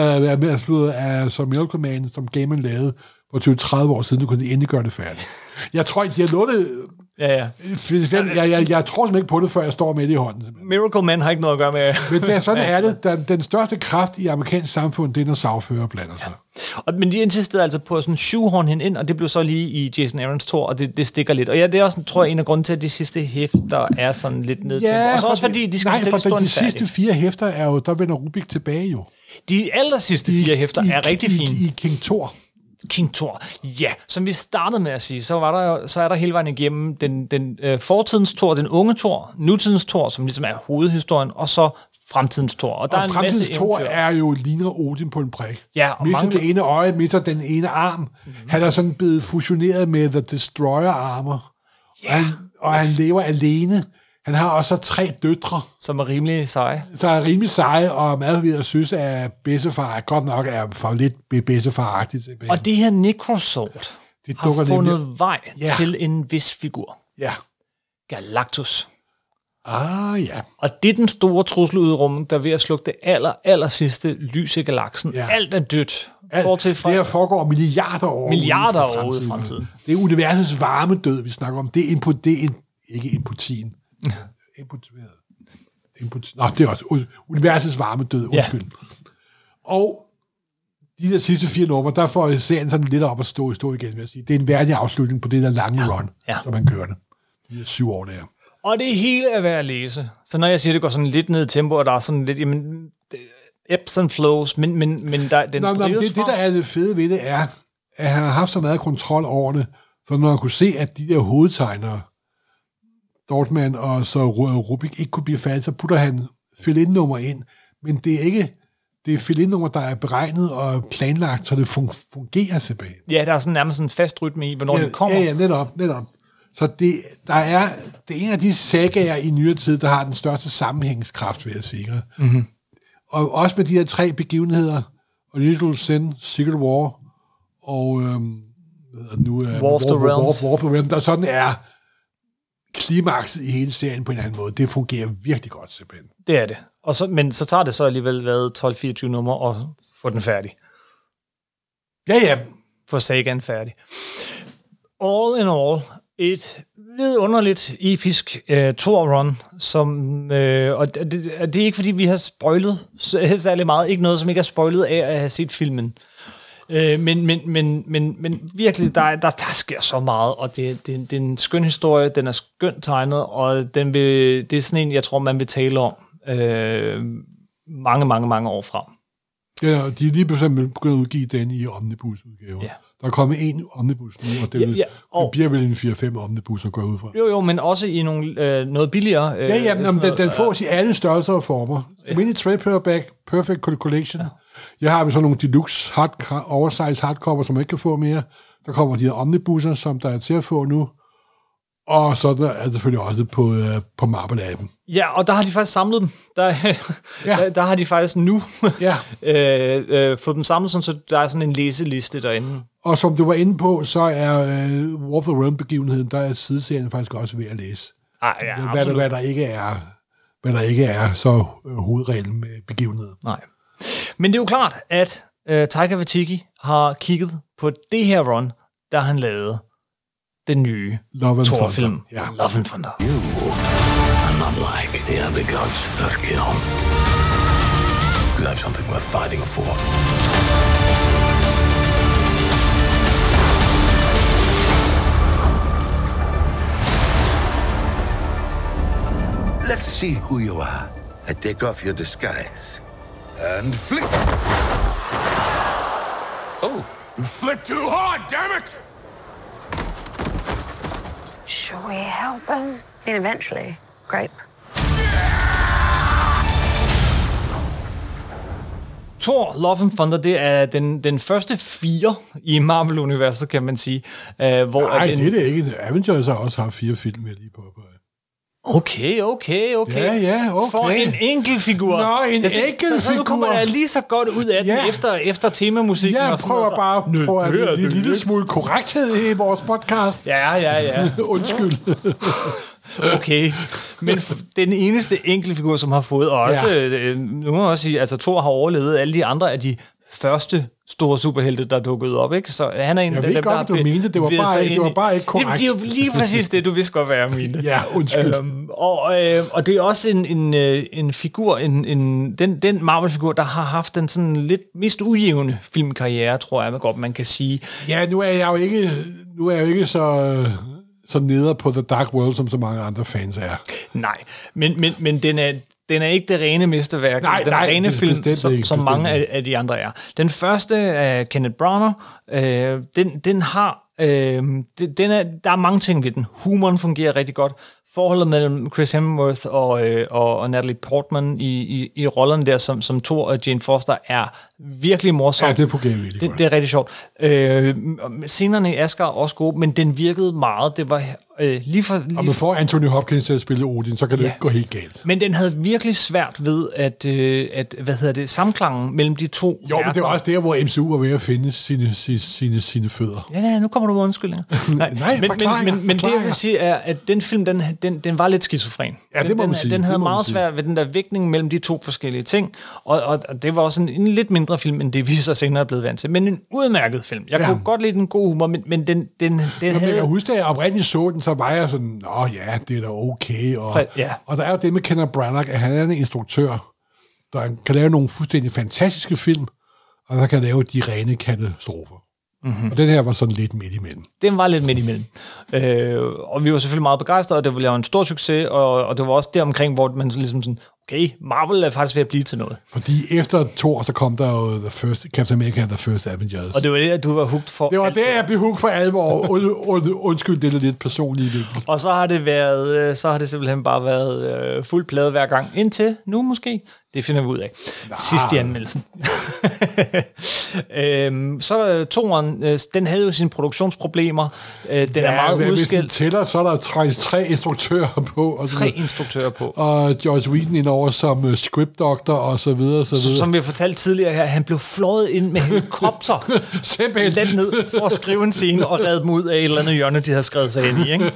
Speaker 4: øh, af som Miracle Man, som Gaiman lavede for tyve til tredive år siden, nu kunne de endelig gøre det færdigt. Jeg tror ikke, de har lovet
Speaker 3: Ja, ja.
Speaker 4: Jeg, jeg, jeg, jeg tror simpelthen ikke på det, før jeg står med det i hånden. Simpelthen.
Speaker 3: Miracle Man har ikke noget at gøre med...
Speaker 4: Men det, sådan er det. Den, den største kraft i amerikansk samfund, det er, når sagfører blander sig.
Speaker 3: Ja. Og, men de insisterede altså på at sådan shoehorn hende ind, og det blev så lige i Jason Aaron's Thor, og det, det stikker lidt. Og ja, det er også, tror jeg, en af grunden til, at de sidste hæfter er sådan lidt ned til.
Speaker 4: Ja,
Speaker 3: og så
Speaker 4: for
Speaker 3: også fordi, de skal
Speaker 4: nej,
Speaker 3: fortælle
Speaker 4: for de
Speaker 3: færdig.
Speaker 4: sidste fire hæfter er jo, der vender Rubik tilbage jo.
Speaker 3: De aller sidste fire hæfter
Speaker 4: I,
Speaker 3: er rigtig
Speaker 4: i,
Speaker 3: fine.
Speaker 4: I, I King Thor.
Speaker 3: King Thor. Ja, som vi startede med at sige, så, var der jo, så er der hele vejen igennem den, den øh, fortidens Thor, den unge Thor, nutidens Thor, som ligesom er hovedhistorien, og så fremtidens Thor. Og, der
Speaker 4: og
Speaker 3: er en
Speaker 4: fremtidens
Speaker 3: masse
Speaker 4: Thor
Speaker 3: eventyr.
Speaker 4: er jo ligner Odin på en prik.
Speaker 3: Ja, og
Speaker 4: mister
Speaker 3: mange...
Speaker 4: det ene øje, mister den ene arm. Mm-hmm. Han er sådan blevet fusioneret med The Destroyer Armor. Ja. Og, han, og han lever alene. Han har også tre døtre.
Speaker 3: Som er rimelig seje.
Speaker 4: Så er rimelig seje, og meget ved at synes, at bedstefar godt nok er for lidt bedstefar-agtigt.
Speaker 3: Og det her Necrosword
Speaker 4: det
Speaker 3: har fundet
Speaker 4: nemlig.
Speaker 3: vej
Speaker 4: ja.
Speaker 3: til en vis figur.
Speaker 4: Ja.
Speaker 3: Galactus.
Speaker 4: Ah, ja.
Speaker 3: Og det er den store trussel ud i rummet, der er ved at slukke det aller, aller sidste lys i galaksen. Ja. Alt er dødt.
Speaker 4: Alt, det her foregår milliarder år
Speaker 3: milliarder år ude i fremtiden.
Speaker 4: Det er universets varme død, vi snakker om. Det er, input, det er in, ikke imputin. Input, input, nå, det er også universets varme død, undskyld. Ja. Og de der sidste fire numre, der får serien sådan lidt op at stå, stå igen, vil jeg sige. Det er en værdig afslutning på det der lange ja. run, ja. som man kørte. De her syv år der.
Speaker 3: Og det hele er værd at læse. Så når jeg siger, det går sådan lidt ned i tempo, og der er sådan lidt, jamen, ebbs and flows, men, men, men der, den
Speaker 4: nå, nå, det, det, der er det fede ved det, er, at han har haft så meget kontrol over det, for når han kunne se, at de der hovedtegnere, Dortmann og så Rubik, ikke kunne blive færdige, så putter han fill-in-nummer ind. Men det er ikke det er fill-in-nummer, der er beregnet og planlagt, så det fungerer tilbage.
Speaker 3: Ja, der er sådan nærmest en fast rytme i, hvornår
Speaker 4: ja,
Speaker 3: det kommer.
Speaker 4: Ja, ja, netop, netop. Så det, der er, det er en af de sagaer i nyere tid, der har den største sammenhængskraft, vil jeg sige. Mm-hmm. Og også med de her tre begivenheder, Unusual Sin, Secret War, og øhm, nu er
Speaker 3: War of the Realms.
Speaker 4: War of the Realms, der sådan er klimakset i hele serien på en anden måde. Det fungerer virkelig godt, simpelthen.
Speaker 3: Det er det. Og så, men så tager det så alligevel været tolv fireogtyve nummer og få den færdig.
Speaker 4: Ja, ja.
Speaker 3: Få sagaen færdig. All in all, et vidunderligt, episk uh, Thor-run, som, uh, og det, det er ikke fordi, vi har spoilet særlig meget. Ikke noget, som ikke er spoilet af at have set filmen. Uh, men, men, men, men, men virkelig, der, der, der sker så meget, og det, det, det er en skøn historie, den er skønt tegnet, og den vil, det er sådan en, jeg tror, man vil tale om uh, mange, mange, mange år frem.
Speaker 4: Ja, de er lige begyndt at udgive den i omnibus-udgaver. Ja. Der er kommet en omnibus nu, og det, ja, ja, og det bliver vel en fire fem omnibusser går ud fra.
Speaker 3: Jo, jo, men også i nogle, øh, noget billigere. Øh,
Speaker 4: ja, ja, men den, den fås øh, i alle størrelser og former. Ja. Mini trade paperback, perfect collection. Ja. Jeg har sådan nogle deluxe hard, oversize hardcover, som man ikke kan få mere. Der kommer de her omnibusser, som der er til at få nu. Og så der er det selvfølgelig også på, øh, på Marvel-appen.
Speaker 3: Ja, og der har de faktisk samlet dem. Der, ja. der, der har de faktisk nu
Speaker 4: ja.
Speaker 3: øh, øh, fået dem samlet, sådan, så der er sådan en læseliste derinde.
Speaker 4: Og som du var inde på, så er øh, War of the Realms-begivenheden, der er sideserien faktisk også ved at læse.
Speaker 3: Ah, ja,
Speaker 4: hvad, der, hvad, der ikke er, hvad der ikke er så øh, hovedreglen med begivenheden.
Speaker 3: Nej. Men det er jo klart, at øh, Taika Waititi har kigget på det her run, der han lavede den nye Thor-film.
Speaker 4: Ja.
Speaker 3: Love and Thunder.
Speaker 2: You are not like the other gods of kill. You have something worth fighting for.
Speaker 5: Let's see who you are. I take off your disguise. And flick.
Speaker 2: Oh. You flick too hard, damn it!
Speaker 6: Shall we help him? And eventually, grape.
Speaker 3: Thor, Love and Thunder, det er den, den første fire i Marvel-universet, kan man sige. Uh, hvor
Speaker 4: Nej,
Speaker 3: den...
Speaker 4: det er det ikke. Avengers har også haft fire film, jeg lige på.
Speaker 3: Okay, okay, okay.
Speaker 4: Ja, ja, okay.
Speaker 3: For en enkelt figur.
Speaker 4: Nå, en
Speaker 3: det,
Speaker 4: enkelt
Speaker 3: så, så nu kommer jeg lige så godt ud af den
Speaker 4: ja.
Speaker 3: efter, efter temamusikken.
Speaker 4: Jeg
Speaker 3: og sådan
Speaker 4: prøver
Speaker 3: noget.
Speaker 4: bare at prøve at
Speaker 3: det,
Speaker 4: en
Speaker 3: det,
Speaker 4: lille
Speaker 3: det.
Speaker 4: smule korrekthed i vores podcast.
Speaker 3: Ja, ja, ja.
Speaker 4: Undskyld.
Speaker 3: Okay, men f- den eneste enkelte figur, som har fået også, ja. øh, nu må jeg også sige, altså Thor har overlevet alle de andre af de første store superhelte, der dukkede op, ikke? Så han er en
Speaker 4: jeg
Speaker 3: af
Speaker 4: ved
Speaker 3: dem,
Speaker 4: godt,
Speaker 3: der
Speaker 4: du mente, det var bare, ikke, det var bare ikke korrekt.
Speaker 3: Jamen, det er jo lige præcis det, du vidste godt, hvad jeg mente.
Speaker 4: Ja, undskyld.
Speaker 3: Øhm, og, øh, og det er også en, en, en figur, en, en, den, den Marvel-figur, der har haft den sådan lidt mest ujævne filmkarriere, tror jeg, godt man kan sige.
Speaker 4: Ja, nu er jeg jo ikke, nu er jeg jo ikke så, så nede på The Dark World, som så mange andre fans er.
Speaker 3: Nej, men, men, men den er... Den er ikke det rene mesterværk,
Speaker 4: nej,
Speaker 3: den
Speaker 4: nej,
Speaker 3: rene film,
Speaker 4: bestemt,
Speaker 3: som,
Speaker 4: ikke,
Speaker 3: som mange af, af de andre er. Den første af Kenneth Branagh, øh, den, den har, øh, den er, der er mange ting ved den. Humoren fungerer rigtig godt. Forholdet mellem Chris Hemsworth og, øh, og, og Natalie Portman i, i, i rollerne der som, som Thor og Jane Foster er virkelig morsomt.
Speaker 4: Ja, det fungerer virkelig
Speaker 3: det,
Speaker 4: godt.
Speaker 3: Det er rigtig sjovt. Øh, scenerne i Asgard er også gode, men den virkede meget. Det var øh, lige for... Lige
Speaker 4: og man får Anthony Hopkins til at spille Odin, så kan det
Speaker 3: ja.
Speaker 4: ikke gå helt galt.
Speaker 3: Men den havde virkelig svært ved at, øh, at hvad hedder det, samklangen mellem de to.
Speaker 4: Jo, men det er også der, hvor M C U var ved at finde sine, sine, sine, sine fødder.
Speaker 3: Ja, ja, nu kommer du med undskyldninger.
Speaker 4: Nej, Nej
Speaker 3: men, men, men, men det, jeg vil sige, er, at den film, den, den, den var lidt skizofren.
Speaker 4: Ja, det må
Speaker 3: den,
Speaker 4: man sige.
Speaker 3: Den havde
Speaker 4: det
Speaker 3: meget svært ved den der vægtning mellem de to forskellige ting, og, og, og det var også en, en lidt mindre film, end det vi så senere er blevet vant til. Men en udmærket film. Jeg ja. kunne godt lide den gode humor, men, men den, den, den
Speaker 4: Jamen,
Speaker 3: havde...
Speaker 4: Jeg husker, da jeg oprindeligt så den, så var jeg sådan, åh ja, det er da okay. Og,
Speaker 3: ja.
Speaker 4: og der er jo det med Kenneth Branagh, at han er en instruktør, der kan lave nogle fuldstændig fantastiske film, og der kan lave de rene katastrofer. Mm-hmm. Og den her var sådan lidt midt imellem.
Speaker 3: Den var lidt midt imellem. Øh, og vi var selvfølgelig meget begejstrede, og det var en stor succes, og, og det var også deromkring, hvor man ligesom sådan, okay, Marvel er faktisk ved at blive til noget.
Speaker 4: Fordi efter Thor, så kom der jo The First, Captain America The First Avengers.
Speaker 3: Og det var det, at du var hooked for.
Speaker 4: Det var det, jeg blev hooked for alvor. Und, und, undskyld, det er lidt personligt. Vinkel.
Speaker 3: Og så har det været, så har det simpelthen bare været øh, fuld plade hver gang. Indtil nu måske. Det finder vi ud af. Nej. Sidst i anmeldelsen. øhm, så Thoren, øh, den havde jo sine produktionsproblemer. Øh, den ja, er meget udskilt. Hvis den
Speaker 4: tæller, så er der tre, tre instruktører på. Og
Speaker 3: tre instruktører på.
Speaker 4: Og Joss Whedon indover som uh, script doctor, og så videre, så videre.
Speaker 3: Som vi har fortalt tidligere her, han blev flået ind med helikopter.
Speaker 4: Simpelthen.
Speaker 3: Let ned for at skrive en scene og redde dem ud af et eller andet hjørne, de havde skrevet sig ind i. Ikke?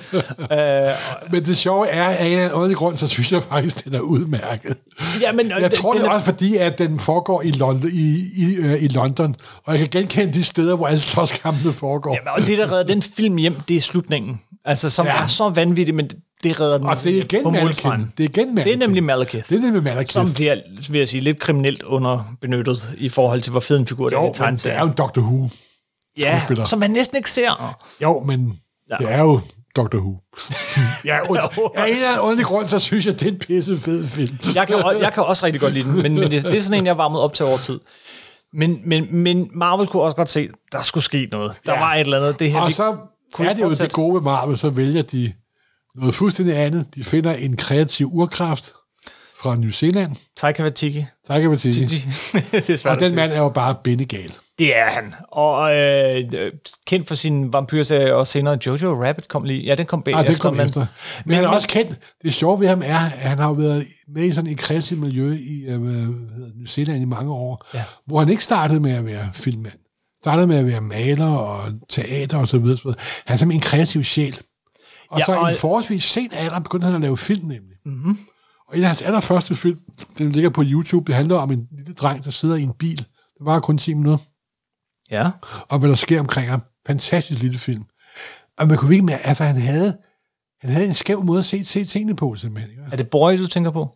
Speaker 3: øh,
Speaker 4: Men det sjove er, at af en ordentlig grund, så synes jeg faktisk, den er udmærket.
Speaker 3: Ja, men,
Speaker 4: jeg tror, det er også fordi, at den foregår i London, i, i, uh, i London, og jeg kan genkende de steder, hvor alle slåskampene foregår.
Speaker 3: Ja, og det, der redder den film hjem, det er slutningen. Altså, som ja. er så vanvittigt, men det redder den.
Speaker 4: Og det er igen Malekith. Det er igen
Speaker 3: Malekith. Det er nemlig Malekith.
Speaker 4: Det er nemlig Malekith.
Speaker 3: Som bliver, vil jeg sige, lidt kriminelt underbenyttet i forhold til, hvor fed en figur det er i tegneserien.
Speaker 4: det er jo Doctor Who.
Speaker 3: Ja, som man næsten ikke ser.
Speaker 4: Jo, men ja. det er jo Doctor Who. ja, und, ja, en eller anden underlig grund, så synes jeg, det er en pisse fed film.
Speaker 3: jeg, kan, jeg kan også rigtig godt lide den, men, men det, det er sådan en, jeg varmede op til over tid. Men, men, men Marvel kunne også godt se, der skulle ske noget. Der ja. var et eller andet. Det her,
Speaker 4: og så er det jo det gode ved Marvel, så vælger de noget fuldstændig andet. De finder en kreativ urkraft fra New Zealand.
Speaker 3: Taika Waititi.
Speaker 4: Taika Waititi.
Speaker 3: det er svært
Speaker 4: og den mand er jo bare bindegal.
Speaker 3: Det er han. Og øh, kendt for sin vampyrserie, og senere Jojo Rabbit kom lige. Ja, den kom bagefter.
Speaker 4: Ja, det kom men, efter. Men, men han er også kendt. Det sjove ved ham er, at han har jo været med i sådan et kreativt miljø i øh, New Zealand i mange år, ja. hvor han ikke startede med at være filmmand. Startede med at være maler og teater og så videre. Han er simpelthen en kreativ sjæl. Og ja, så og... i en forholdsvis sen alder begyndte han at lave film nemlig.
Speaker 3: Mm-hmm.
Speaker 4: Og en af hans allerførste film, den ligger på YouTube, det handler om en lille dreng, der sidder i en bil. Det var kun ti minutter.
Speaker 3: Ja.
Speaker 4: Og hvad der sker omkring ham. Fantastisk lille film. Og man kunne virkelig med, at han havde, han havde en skæv måde at se, se tingene på, simpelthen. Ikke?
Speaker 3: Er det Boy, du tænker på?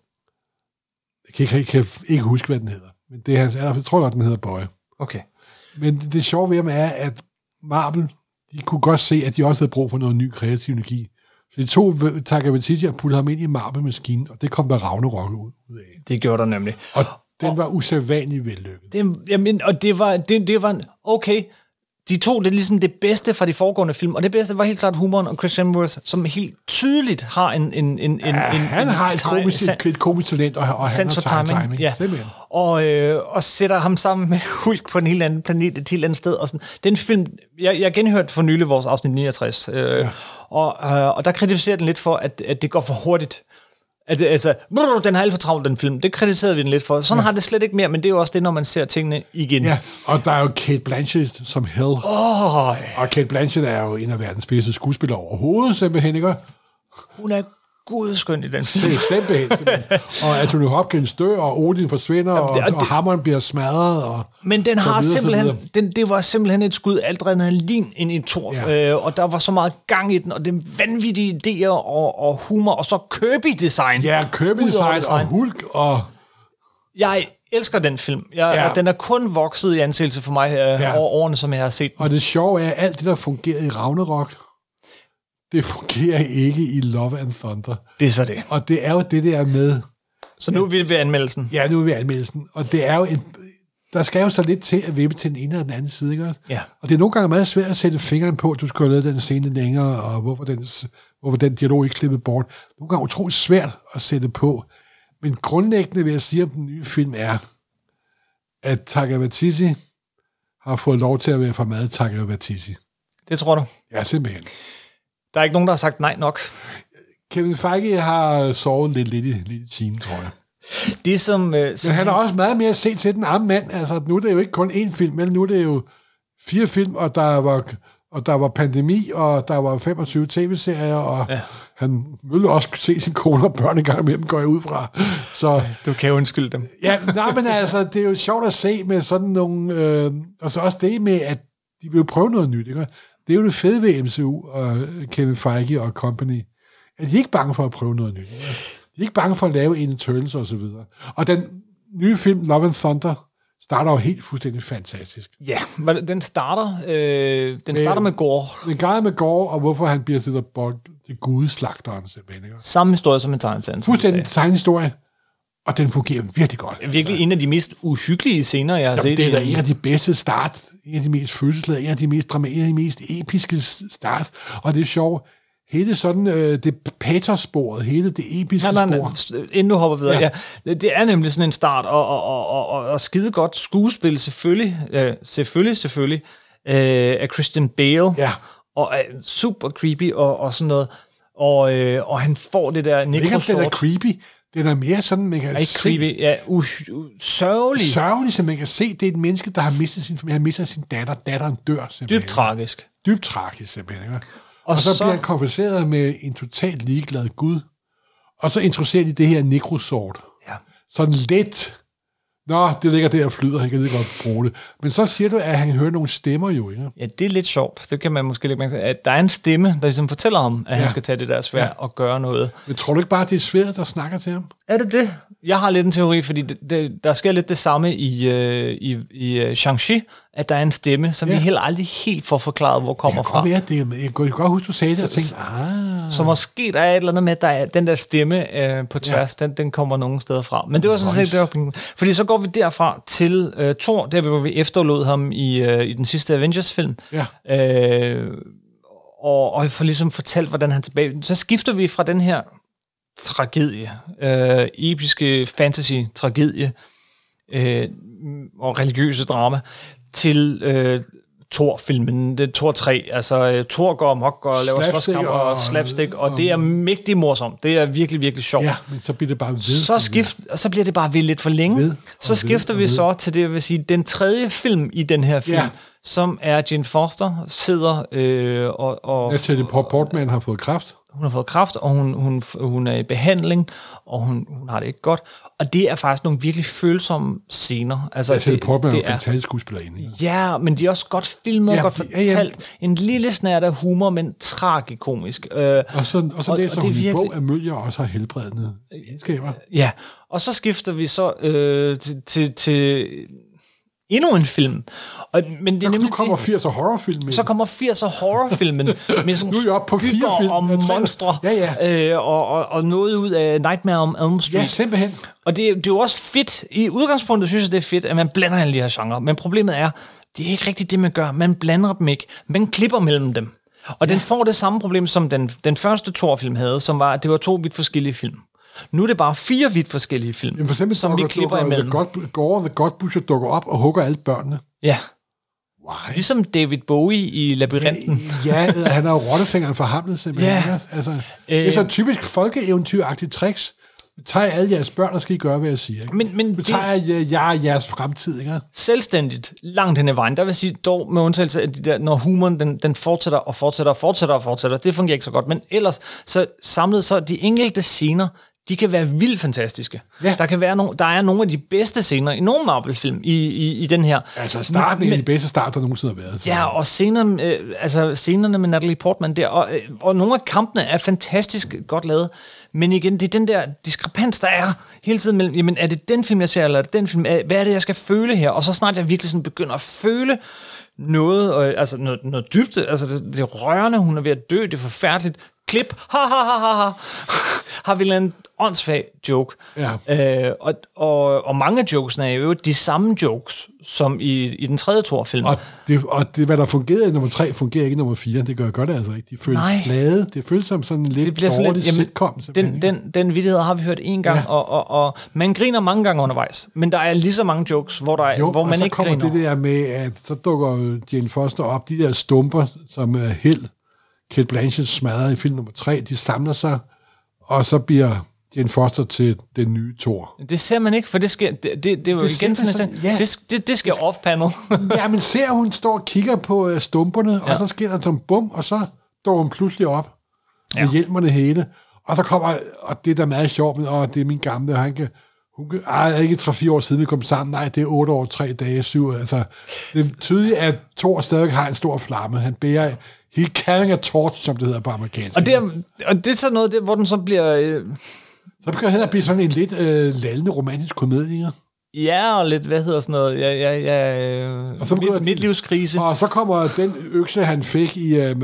Speaker 4: Jeg kan ikke, jeg kan ikke huske, hvad den hedder. Men det er hans, jeg tror godt, den hedder Boy.
Speaker 3: Okay.
Speaker 4: Men det, det sjove ved ham er, at Marvel, de kunne godt se, at de også havde brug for noget ny kreativ energi. Så de tog Taika Waititi og puttede ham ind i Marvel-maskinen, og det kom der Ragnarok ud af.
Speaker 3: Det gjorde der nemlig.
Speaker 4: Og den og, var usædvanligt vellykket.
Speaker 3: Det, jamen, og det var, det, det var okay. De tog det ligesom det bedste fra de foregående film, og det bedste var helt klart humoren og Chris Hemsworth, som helt tydeligt har en... en, en,
Speaker 4: ja,
Speaker 3: en
Speaker 4: han
Speaker 3: en,
Speaker 4: har et komisk, et, et komisk talent, og, og han har timing. timing.
Speaker 3: Ja. Og, øh, og sætter ham sammen med Hulk på en helt anden planet, et helt andet sted. Og sådan. Den film, jeg, jeg genhørte for nylig vores afsnit niogtres, øh, ja. og, øh, og der kritiserer den lidt for, at, at det går for hurtigt. At, altså, brrr, den har alt for travlt, den film. Det kritiserede vi den lidt for. Sådan ja. har det slet ikke mere, men det er jo også det, når man ser tingene igen.
Speaker 4: Ja, og der er jo Cate Blanchett som Hell.
Speaker 3: Oh.
Speaker 4: Og Cate Blanchett er jo en af verdens bedste skuespillere overhovedet, simpelthen, ikke?
Speaker 3: Hun er gudskøn i den film.
Speaker 4: Simpelthen, simpelthen. Og Anthony Hopkins dør, og Odin forsvinder, og,
Speaker 3: det, og,
Speaker 4: og hammeren bliver smadret. Og
Speaker 3: men den har
Speaker 4: videre,
Speaker 3: simpelthen, den, det var simpelthen et skud adrenalin ind i Thor,
Speaker 4: ja.
Speaker 3: øh, og der var så meget gang i den, og det er vanvittige idéer og, og humor, og så Kirby-design.
Speaker 4: Ja, Kirby-design og Hulk og...
Speaker 3: Jeg elsker den film. Jeg,
Speaker 4: Ja.
Speaker 3: Den er kun vokset i anseelse for mig øh,
Speaker 4: Ja.
Speaker 3: over årene, som jeg har set den.
Speaker 4: Og det sjove er, at alt det, der fungerede i Ragnarok, det fungerer ikke i Love and Thunder.
Speaker 3: Det er så det.
Speaker 4: Og det er jo det, der med...
Speaker 3: Så nu er vi ved anmeldelsen.
Speaker 4: Ja, nu er vi ved anmeldelsen. Og det er jo en... Der skal jo så lidt til at vippe til den ene og den anden side, ikke?
Speaker 3: Ja.
Speaker 4: Og det er nogle gange meget svært at sætte fingeren på, at du skulle have lavet den scene længere, og hvorfor den, hvorfor den dialog ikke klippet bort. Nogle gange er utroligt svært at sætte på. Men grundlæggende vil jeg sige om den nye film er, at Taika Waititi har fået lov til at være for meget Taika Waititi.
Speaker 3: Det tror du?
Speaker 4: Ja, simpelthen.
Speaker 3: Der er ikke nogen, der har sagt nej nok.
Speaker 4: Kevin Feige har sovet lidt, lidt, i, lidt i timen, tror jeg.
Speaker 3: Det som... Øh, som
Speaker 4: Men han har også meget mere at se til den arme mand. Altså, nu er det jo ikke kun én film, men nu er det jo fire film, og der var, og der var pandemi, og der var femogtyve tv-serier, og ja. Han ville også se sin kone og børn en gang imellem, går jeg ud fra. Så,
Speaker 3: du kan jo undskylde dem.
Speaker 4: Ja, nej, men altså, det er jo sjovt at se med sådan nogle... Øh, og så også det med, at de vil prøve noget nyt, ikke? Det er jo det fede ved M C U og Kevin Feige og company. At de er ikke bange for at prøve noget nyt. Ikke? De er ikke bange for at lave en Eternals og så videre. Og den nye film, Love and Thunder, starter jo helt fuldstændig fantastisk.
Speaker 3: Ja, den starter, øh, den starter med Gore.
Speaker 4: Den starter med Gore, og hvorfor han bliver til det, det gudeslagteren simpelthen. Ikke?
Speaker 3: Samme historie som en tegneserie.
Speaker 4: Fuldstændig tegnehistorie, og den fungerer virkelig godt.
Speaker 3: Virkelig en af de mest uhyggelige scener, jeg har
Speaker 4: Jamen,
Speaker 3: set.
Speaker 4: Det er da en af de bedste start, en af de mest følelsesladede, en af de mest dramatiske, en af de mest episke start, og det er sjovt. Hele sådan, øh, det patos-sporet, hele det episke
Speaker 3: nej, nej,
Speaker 4: spor.
Speaker 3: Nej, inden du hopper videre, ja.
Speaker 4: Ja.
Speaker 3: Det, det er nemlig sådan en start, og, og, og, og, og, og skide godt skuespil, selvfølgelig, øh, selvfølgelig, selvfølgelig, øh, af Christian Bale,
Speaker 4: Ja.
Speaker 3: og øh, super creepy, og, og sådan noget, og, øh, og han får det der
Speaker 4: Ikke om den er
Speaker 3: necrosword.
Speaker 4: creepy, den er mere sådan, man kan
Speaker 3: Ikke
Speaker 4: se...
Speaker 3: creepy, ja, uh, uh, sørgelig.
Speaker 4: Sørgelig, så man kan se, det er et menneske, der har mistet sin familie, har mistet sin datter, datteren dør simpelthen.
Speaker 3: Dybt tragisk.
Speaker 4: Dybt tragisk simpelthen, ikke?
Speaker 3: Og,
Speaker 4: Og så,
Speaker 3: så
Speaker 4: bliver han konfronteret med en totalt ligeglad Gud. Og så introducerer de det her necrosword.
Speaker 3: Ja.
Speaker 4: Sådan lidt. Nå, det ligger der og flyder, han kan lige godt bruge det. Men så siger du, at han hører nogle stemmer jo, ikke?
Speaker 3: Ja, det er lidt sjovt. Det kan man måske lidt mærke til. At der er en stemme, der ligesom fortæller ham, at ja. han skal tage det der svær ja. og gøre noget.
Speaker 4: Men tror du ikke bare, det er svært, der snakker til ham?
Speaker 3: Er det det? Jeg har lidt en teori, fordi det, det, der sker lidt det samme i, øh, i, i uh, Shang-Chi, at der er en stemme, som ja. vi heller aldrig helt får forklaret, hvor kommer fra.
Speaker 4: Det kan godt være, det. Jeg kan godt huske, du sagde det, og tænkte, ah.
Speaker 3: Så måske der er et eller andet med, at der er den der stemme øh, på tværs, ja. den, den kommer nogen steder fra. Men det var sådan set, det var, fordi så går vi derfra til øh, Thor, der hvor vi efterlod ham i, øh, i den sidste Avengers-film.
Speaker 4: Ja.
Speaker 3: Øh, og, og får ligesom fortalt, hvordan han tilbage... Så skifter vi fra den her tragedie, øh, episke fantasy-tragedie øh, og religiøse drama, til øh, Thor-filmen, det er Thor tre, altså øh, Thor går amok og laver slåskamp og, og slapstick, og, og det er mægtig morsomt, det er virkelig, virkelig sjovt.
Speaker 4: Ja, men så bliver det bare ved.
Speaker 3: Så, skift, så bliver det bare ved lidt for længe.
Speaker 4: Ved,
Speaker 3: så skifter ved, vi så til det, jeg vil sige, den tredje film i den her film,
Speaker 4: ja.
Speaker 3: som er Jane Foster, sidder øh, og... og
Speaker 4: Natalie Portman har fået kræft.
Speaker 3: Hun har fået kræft, og hun, hun, hun er i behandling, og hun, hun har det ikke godt. Og det er faktisk nogle virkelig følsomme scener. Altså,
Speaker 4: Natalie Portman er
Speaker 3: en
Speaker 4: fantastisk skuespillerinde.
Speaker 3: Ja, men de er også godt filmet,
Speaker 4: ja,
Speaker 3: godt fortalt. Ja, ja. En lille snært af humor, men tragikomisk. Øh,
Speaker 4: og så, og så læser og, og hun virkelig... en bog, at Mølger også har helbredende egenskaber.
Speaker 3: Ja, og så skifter vi så øh, til, til, til endnu en film. Og, men det er
Speaker 4: nu kommer firser horrorfilm.
Speaker 3: Så kommer firser horrorfilmen med sådan
Speaker 4: nu er jeg oppe på fire film
Speaker 3: og monstre
Speaker 4: ja, ja.
Speaker 3: Øh, og, og, og noget ud af Nightmare on Elm Street.
Speaker 4: Ja, simpelthen.
Speaker 3: Og det, det er jo også fedt. I udgangspunktet synes jeg, det er fedt, at man blander alle de her genrer. Men problemet er, det er ikke rigtigt det, man gør. Man blander dem ikke. Man klipper mellem dem. Og ja. den får det samme problem, som den, den første Thor-film havde, som var, at det var to vidt forskellige film. Nu er det bare fire vidt forskellige film, Jamen for eksempel, som vi klipper imellem.
Speaker 4: Gore the God Butcher dukker op og hugger alle børnene.
Speaker 3: Ja.
Speaker 4: Why?
Speaker 3: Ligesom David Bowie i Labyrinten.
Speaker 4: Ja, ja han er jo rottefingeren for Hamlet, simpelthen. Ja. Altså, det er så typisk folkeeventyr-agtigt tricks. tager alle jeres børn, og skal I gøre, hvad jeg siger. Ikke?
Speaker 3: Men, men
Speaker 4: nu tager jeg jer jeres fremtid, ikke?
Speaker 3: Selvstændigt, langt hen ad vejen, der vil sige, dog med undtagelse af de der, når humoren, den, den fortsætter og fortsætter og fortsætter og fortsætter, det fungerer ikke så godt, men ellers, så samlet, så de enkelte scener, de kan være vildt fantastiske. Ja. Der kan være nogle, der er nogle af de bedste scener i nogle Marvel-film i, i, i den her.
Speaker 4: Altså starten er de bedste start, der nogensinde har været. Så.
Speaker 3: Ja, og scener, øh, altså scenerne med Natalie Portman der, og, øh, og nogle af kampene er fantastisk godt lavet, men igen, det er den der diskrepans, der er hele tiden mellem, jamen er det den film, jeg ser, eller er det den film, hvad er det, jeg skal føle her? Og så snart jeg virkelig sådan begynder at føle noget, øh, altså noget, noget dybt, altså det, det er rørende, hun er ved at dø, det er forfærdeligt, klip, ha ha ha ha ha, har vi lavet en åndssvag joke. Ja. Øh, og, og, og mange af jokesene er jo de samme jokes, som i, i den tredje Thor-film.
Speaker 4: Og, det, og det, hvad der fungerede i nummer tre, fungerer ikke i nummer fire. Det gør godt altså ikke. De føles
Speaker 3: Nej.
Speaker 4: flade. Det føles som sådan en lidt dårlig lidt, sitcom.
Speaker 3: Den, den, den vittighed har vi hørt en gang, ja. og, og, og man griner mange gange undervejs. Men der er lige så mange jokes, hvor, der er, jo, hvor man ikke griner.
Speaker 4: Jo, og så kommer det der med, at så dukker Jane Foster op, de der stumper, som er Held, Cate Blanchett smadrer i film nummer tre, de samler sig, og så bliver Jane Foster til den nye Thor.
Speaker 3: Det ser man ikke, for det sker, det, det, det er jo det igen sådan, sådan ja. det, det, det sker off-panel.
Speaker 4: Ja, men ser hun står og kigger på uh, stumperne, ja. Og så sker der sådan bum, og så står hun pludselig op med ja. Hjelmen det hele, og så kommer, og det er da meget sjovt, men åh, det er min gamle, han kan, hun kan, ej, ikke tre-fire år siden vi kom sammen, nej, det er otte år, tre dage, syv, altså, det er tydeligt, at Thor stadig har en stor flamme, han bærer, he carrying a torch, som det hedder på amerikansk.
Speaker 3: Og det er, og det er så noget, det, hvor den så bliver... Øh,
Speaker 4: så begynder det at blive sådan en lidt øh, lallende romantisk komedie.
Speaker 3: Ja, og lidt, hvad hedder sådan noget, ja, ja, ja, øh,
Speaker 4: og så
Speaker 3: midt, midtlivskrise.
Speaker 4: Og så kommer den økse, han fik i øh,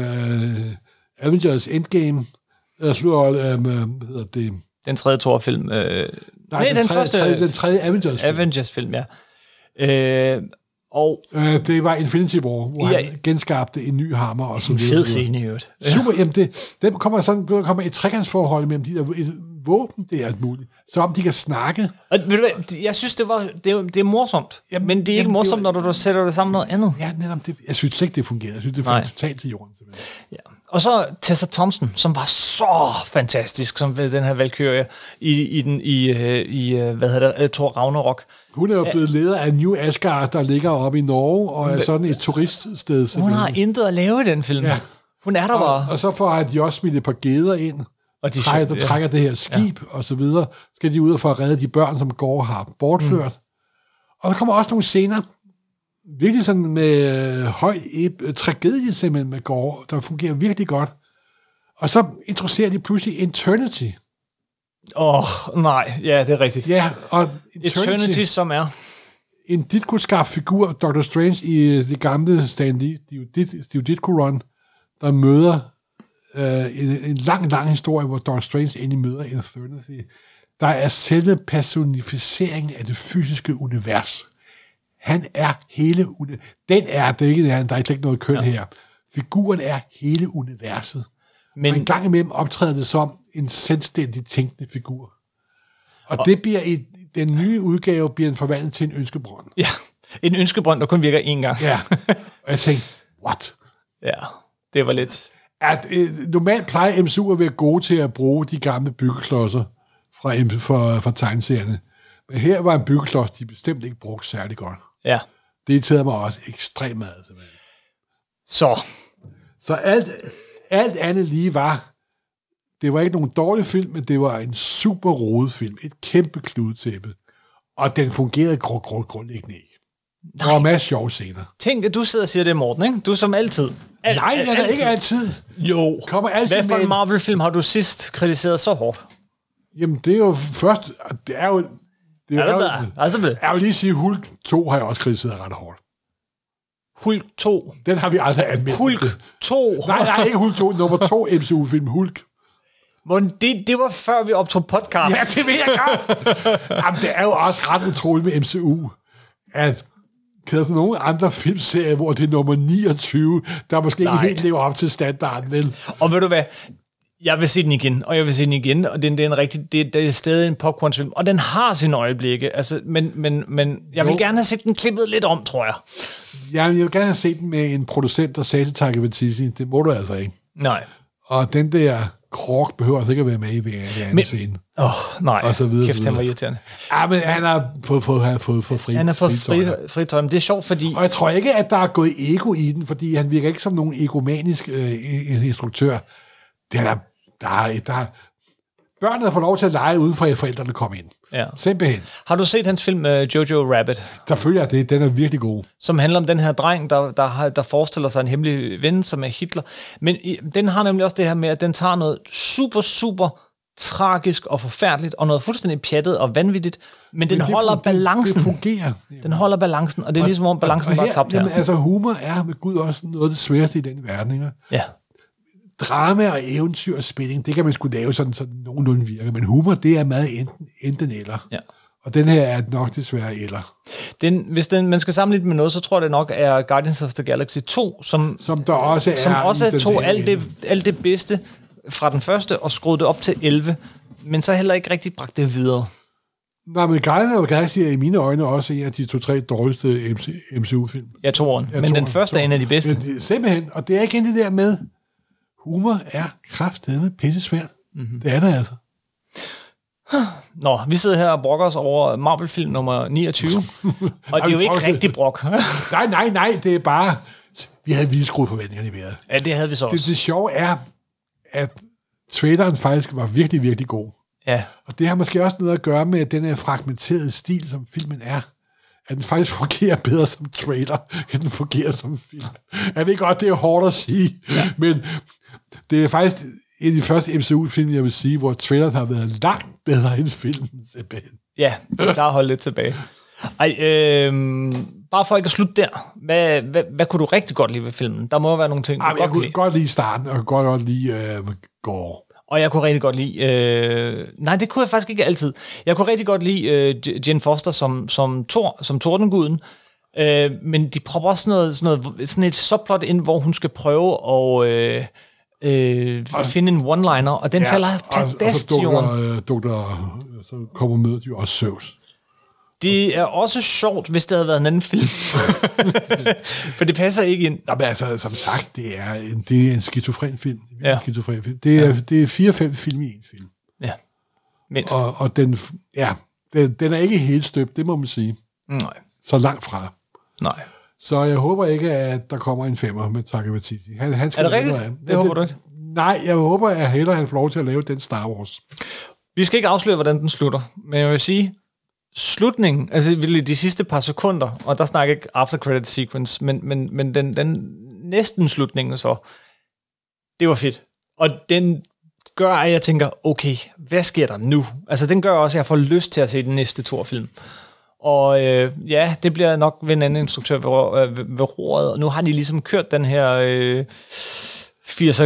Speaker 4: Avengers Endgame, eller slutter, øh, hvad hedder det?
Speaker 3: Den tredje Thor-film. Øh,
Speaker 4: nej, nej, den, den, tredje, første, tredje, den tredje Avengers-film.
Speaker 3: Avengers-film, ja. Øh, og
Speaker 4: øh, det var Infinity War, hvor ja, han genskabte en ny hammer og så
Speaker 3: videre. En fed scene i øvrigt.
Speaker 4: Super, jamen det, dem kommer sådan kommer et trekantsforhold mellem de der et våben, det er alt muligt. Så om de kan snakke.
Speaker 3: Og ved du hvad, jeg synes det var det er, det er morsomt, jamen, men det er ikke jamen, morsomt, det var, når du sætter det sammen med noget andet.
Speaker 4: Ja, netop det. Jeg synes ikke det fungerede. Jeg synes det faldt totalt til jorden simpelthen.
Speaker 3: Ja. Og så Tessa Thompson, som var så fantastisk som den her Valkyrie i i den i i hvad hedder det, Thor Ragnarok.
Speaker 4: Hun er jo blevet leder af New Asgard, der ligger oppe i Norge, og er sådan et turiststed.
Speaker 3: Hun har intet at lave i den film. Ja. Hun er der
Speaker 4: og,
Speaker 3: bare.
Speaker 4: Og så får de også smidt et par geder ind, og de trækker, der ja. trækker det her skib, ja. Og så videre. Skal de ud og få at redde de børn, som går har bortført. Mm. Og der kommer også nogle scener, virkelig sådan med høj øh, tragedie simpelthen med Gore, der fungerer virkelig godt. Og så introducerer de pludselig Eternity.
Speaker 3: Åh, oh, nej. Ja, det er rigtigt.
Speaker 4: Ja, og
Speaker 3: Eternity, Eternity som er...
Speaker 4: En Ditko-skabt figur, Doctor Strange i det gamle Stan Lee, Steve Ditko-run, der møder øh, en, en lang, lang historie, hvor Doctor Strange endelig møder Eternity. Der er selve personificeringen af det fysiske univers. Han er hele universet. Den er det ikke, der er ikke noget køn ja. Her. Figuren er hele universet. Men og en gang imellem optræder det som en selvstændig tænkende figur. Og, og det bliver et, den nye udgave bliver en forvandlet til en ønskebrønd.
Speaker 3: Ja, en ønskebrønd, der kun virker én gang.
Speaker 4: Ja, og jeg tænkte, what?
Speaker 3: Ja, det var lidt...
Speaker 4: At, øh, normalt plejer M C U at være gode til at bruge de gamle byggeklodser fra, fra, fra tegneserierne. Men her var en byggeklods, de bestemt ikke brugte særlig godt.
Speaker 3: Ja.
Speaker 4: Det irriterede mig også ekstremt meget. Simpelthen.
Speaker 3: Så.
Speaker 4: Så alt, alt andet lige var... Det var ikke nogen dårlig film, men det var en super rodet film. Et kæmpe kludetæppe. Og den fungerede grund, grund, grundlæggende ikke. Der var masser af sjove scener.
Speaker 3: Tænk, at du sidder og siger det, Morten, ikke? Du som altid.
Speaker 4: Al- Nej, jeg er ikke altid.
Speaker 3: Jo.
Speaker 4: Kommer altid
Speaker 3: Hvad for en Marvel-film har du sidst kritiseret så hårdt?
Speaker 4: Jamen, det er jo først... Det er jo... Det er, er, det jo,
Speaker 3: altså,
Speaker 4: jeg vil lige sige, Hulk to har jeg også kritiseret ret hårdt.
Speaker 3: Hulk to?
Speaker 4: Den har vi aldrig anmeldt.
Speaker 3: Hulk to?
Speaker 4: Nej, nej, ikke Hulk to. Nummer to M C U-film, Hulk.
Speaker 3: Men det, det var før vi optog podcast.
Speaker 4: Ja, det ved jeg godt. Jamen, det er jo også ret utroligt med M C U, at kan der nogle andre filmserier, hvor det er nummer niogtyve, der måske nej. Ikke helt lever op til standarden, vel?
Speaker 3: Og ved du hvad? Jeg vil se den igen, og jeg vil se den igen, og den, det er en rigtig, det, det er stadig en popcornfilm, og den har sine øjeblikke, altså, men, men, men jeg vil jo. gerne have set den klippet lidt om, tror jeg.
Speaker 4: Ja, jeg vil gerne have set den med en producent, der sagde til Taika Waititi, det må du altså ikke.
Speaker 3: Nej.
Speaker 4: Og den der Krog behøver altså ikke at være med i hver anden
Speaker 3: Men-
Speaker 4: scene.
Speaker 3: Åh, oh, nej.
Speaker 4: Og så videre,
Speaker 3: Kæft,
Speaker 4: så
Speaker 3: han var
Speaker 4: videre.
Speaker 3: irriterende.
Speaker 4: Ja, men han har fået, fået, han har fået for fri.
Speaker 3: Han har fået
Speaker 4: fritøjer.
Speaker 3: fri, fritøj, men det er sjovt, fordi...
Speaker 4: Og jeg tror ikke, at der er gået ego i den, fordi han virker ikke som nogen egomanisk øh, instruktør. Det er der, der, er, der er, børnene får lov til at lege uden for, at forældrene kommer ind.
Speaker 3: Ja.
Speaker 4: Simpelthen.
Speaker 3: Har du set hans film uh, Jojo Rabbit?
Speaker 4: Der følger jeg det. Den er virkelig god.
Speaker 3: Som handler om den her dreng, der, der, har, der forestiller sig en hemmelig ven, som er Hitler. Men i, den har nemlig også det her med, at den tager noget super, super tragisk og forfærdeligt, og noget fuldstændig pjattet og vanvittigt, men den
Speaker 4: Men det
Speaker 3: holder
Speaker 4: fun- det-
Speaker 3: balancen.
Speaker 4: Det fungerer.
Speaker 3: Den holder balancen, og det er ligesom om balancen
Speaker 4: og
Speaker 3: bare
Speaker 4: her,
Speaker 3: er tabt her.
Speaker 4: jamen, altså humor er med Gud også noget af det sværeste i den verden. Ikke?
Speaker 3: Ja.
Speaker 4: Drama og eventyr og spænding, det kan man sgu lave sådan, så nogenlunde virker. Men humor, det er meget enten, enten eller.
Speaker 3: Ja.
Speaker 4: Og den her er nok desværre eller.
Speaker 3: Den, hvis den, man skal sammenligne med noget, så tror jeg det nok er Guardians of the Galaxy to, som,
Speaker 4: Som der også er...
Speaker 3: som også
Speaker 4: i den
Speaker 3: tog
Speaker 4: her
Speaker 3: alt det,
Speaker 4: ende.
Speaker 3: alt det bedste fra den første og skruede det op til elleve, men så heller ikke rigtig bragt det videre.
Speaker 4: Nej, men Guardians of the Galaxy er i mine øjne også en af de to-tre dårligste M C U-film.
Speaker 3: Ja, toeren.
Speaker 4: Ja,
Speaker 3: Men den
Speaker 4: toeren,
Speaker 3: første er en af de bedste.
Speaker 4: Men det, simpelthen, og det er igen det der med, humor er kraftedeme pissesvært. Mm-hmm. Det er det altså.
Speaker 3: Nå, vi sidder her og brokker os over Marvel-film nummer niogtyve, og det er jo ikke
Speaker 4: brokker-
Speaker 3: rigtig brok.
Speaker 4: Nej, nej, nej, det er bare... Vi havde vildt skruet forventningerne i vejret.
Speaker 3: Ja, det havde vi så
Speaker 4: Det,
Speaker 3: også.
Speaker 4: det sjove er, at traileren faktisk var virkelig, virkelig god.
Speaker 3: Ja,
Speaker 4: Og det har måske også noget at gøre med den her fragmenterede stil, som filmen er. At den faktisk fungerer bedre som trailer, end den fungerer som film. Jeg ved godt, det er hårdt at sige, ja. Men det er faktisk en af de første M C U-film, jeg vil sige, hvor traileren har været langt bedre end filmen, simpelthen.
Speaker 3: ja, det er klar at holde lidt tilbage. Ej, øh, bare for ikke at slutte der. Hvad, hvad, hvad kunne du rigtig godt lide ved filmen? Der må jo være nogle ting, du
Speaker 4: Ej,
Speaker 3: godt
Speaker 4: jeg
Speaker 3: kunne
Speaker 4: kunne
Speaker 3: lide.
Speaker 4: godt lide starten, og jeg kunne godt, godt lide øh, Gore.
Speaker 3: Og jeg kunne rigtig godt lide... Øh, nej, det kunne jeg faktisk ikke altid. Jeg kunne rigtig godt lide øh, Jane Foster som, som, Thor, som Tordenguden. Øh, men de prøver også sådan, noget, sådan, noget, sådan et subplot ind, hvor hun skal prøve at øh, øh, finde en one-liner, og den ja, falder
Speaker 4: og, og så
Speaker 3: plads til jorden.
Speaker 4: dukker, øh, dukker, så kommer med jo også Zeus.
Speaker 3: Det er også sjovt, hvis det havde været en anden film. For det passer ikke ind.
Speaker 4: Nå, men altså, som sagt, det er en, det er en skizofren film.
Speaker 3: Ja.
Speaker 4: En skizofren film. Det er, ja. det er fire-fem film i en film.
Speaker 3: Ja, mindst.
Speaker 4: Og, og den, ja, den, den er ikke helt støbt, det må man sige.
Speaker 3: Nej,
Speaker 4: Så langt fra.
Speaker 3: nej.
Speaker 4: Så jeg håber ikke, at der kommer en femmer med Taika Waititi. Han, han skal
Speaker 3: Er det
Speaker 4: lave
Speaker 3: rigtigt?
Speaker 4: noget andet.
Speaker 3: Det håber du ikke?
Speaker 4: Nej, jeg håber, at hellere han får lov til at lave den Star Wars.
Speaker 3: Vi skal ikke afsløre, hvordan den slutter, men jeg vil sige, slutningen, altså de sidste par sekunder, og der snakker jeg ikke after credit sequence, men, men, men den, den næsten slutningen så, det var fedt. Og den gør, at jeg tænker, okay, hvad sker der nu? Altså den gør også, at jeg får lyst til at se den næste Thor-film. Og øh, ja, det bliver nok ved en anden instruktør ved, øh, ved, ved roret, og nu har de ligesom kørt den her øh, firser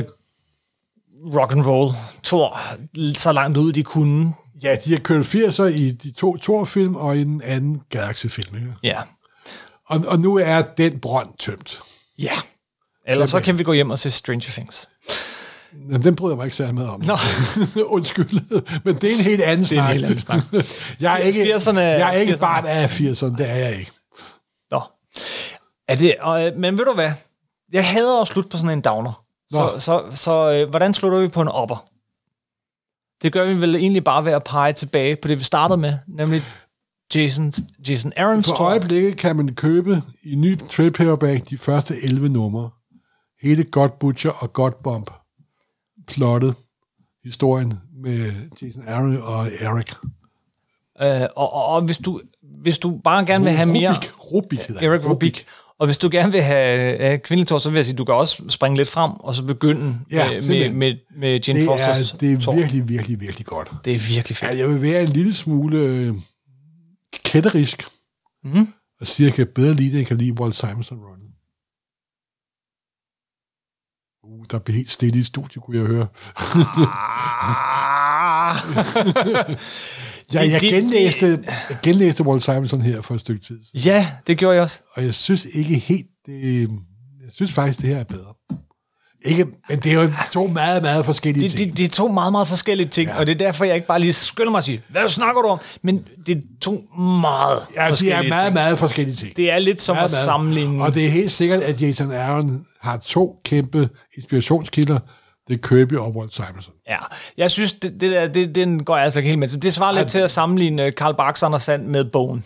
Speaker 3: rock and roll Thor så langt ud, de kunne.
Speaker 4: Ja, de har kørt firser i de to Thor-film og i den anden Galaxy-film. Ikke?
Speaker 3: Ja.
Speaker 4: Og, og nu er den brønd tømt.
Speaker 3: Ja. Ellers så kan vi gå hjem og se Stranger Things.
Speaker 4: Jamen, den bryder jeg mig ikke særlig meget om.
Speaker 3: Nå.
Speaker 4: Undskyld. Men det er en helt anden
Speaker 3: Det er en
Speaker 4: snak.
Speaker 3: helt anden snak.
Speaker 4: jeg er ikke,
Speaker 3: firserne-
Speaker 4: jeg er ikke
Speaker 3: firserne.
Speaker 4: barn af firserne, det er jeg ikke.
Speaker 3: Nå. Er det, og, men ved du hvad? Jeg hader at slutte på sådan en downer. Så,
Speaker 4: Nå.
Speaker 3: så, så, så øh, hvordan slutter vi på en upper? Det gør vi vel egentlig bare ved at pege tilbage på det, vi startede med, nemlig Jason, Jason Aaron's
Speaker 4: For
Speaker 3: Thor.
Speaker 4: øjeblikket kan man købe i ny trade paperback de første elleve numre. Hele God Butcher og God Bomb plottet historien med Jason Aaron og Eric.
Speaker 3: Øh, og, og, og hvis, du, hvis du bare gerne vil have mere...
Speaker 4: Rubik, Rubik hedder han.
Speaker 3: Eric Rubik. Og hvis du gerne vil have, have kvindelig Thor, så vil jeg sige, du kan også springe lidt frem, og så begynde
Speaker 4: Ja,
Speaker 3: med, med,
Speaker 4: simpelthen.
Speaker 3: med, med Jane
Speaker 4: Det
Speaker 3: Fosters
Speaker 4: er, det er
Speaker 3: Thor.
Speaker 4: virkelig, virkelig, virkelig godt.
Speaker 3: Det er virkelig fedt.
Speaker 4: Ja, jeg vil være en lille smule øh, kætterisk,
Speaker 3: Mm.
Speaker 4: og siger, at jeg kan bedre lide det, end jeg kan lide Walt Simonson Run. Uh, der blev helt stille i studiet, kunne jeg høre. ja, jeg,
Speaker 3: det-
Speaker 4: genlæste, jeg genlæste Walt Simonson her for et stykke tid siden,
Speaker 3: Ja, det gjorde jeg også.
Speaker 4: og jeg synes ikke helt, det, jeg synes faktisk, det her er bedre. Ikke, men det er jo to meget, meget forskellige
Speaker 3: Det,
Speaker 4: ting.
Speaker 3: det, det er to meget, meget forskellige ting, ja. Og det er derfor, jeg ikke bare lige skynder mig at sige, hvad snakker du om? Men det er to meget
Speaker 4: Ja, de
Speaker 3: forskellige
Speaker 4: er meget,
Speaker 3: ting.
Speaker 4: meget forskellige ting.
Speaker 3: Det er lidt som
Speaker 4: Meget,
Speaker 3: at
Speaker 4: meget.
Speaker 3: sammenligne...
Speaker 4: Og det er helt sikkert, at Jason Aaron har to kæmpe inspirationskilder. Det er Kirby og Walt Simonson.
Speaker 3: Ja, jeg synes, det, det der, det, den går jeg altså ikke helt med. Det svarer lidt Ej, til at sammenligne Carl Barks Anders Sand med Bogen.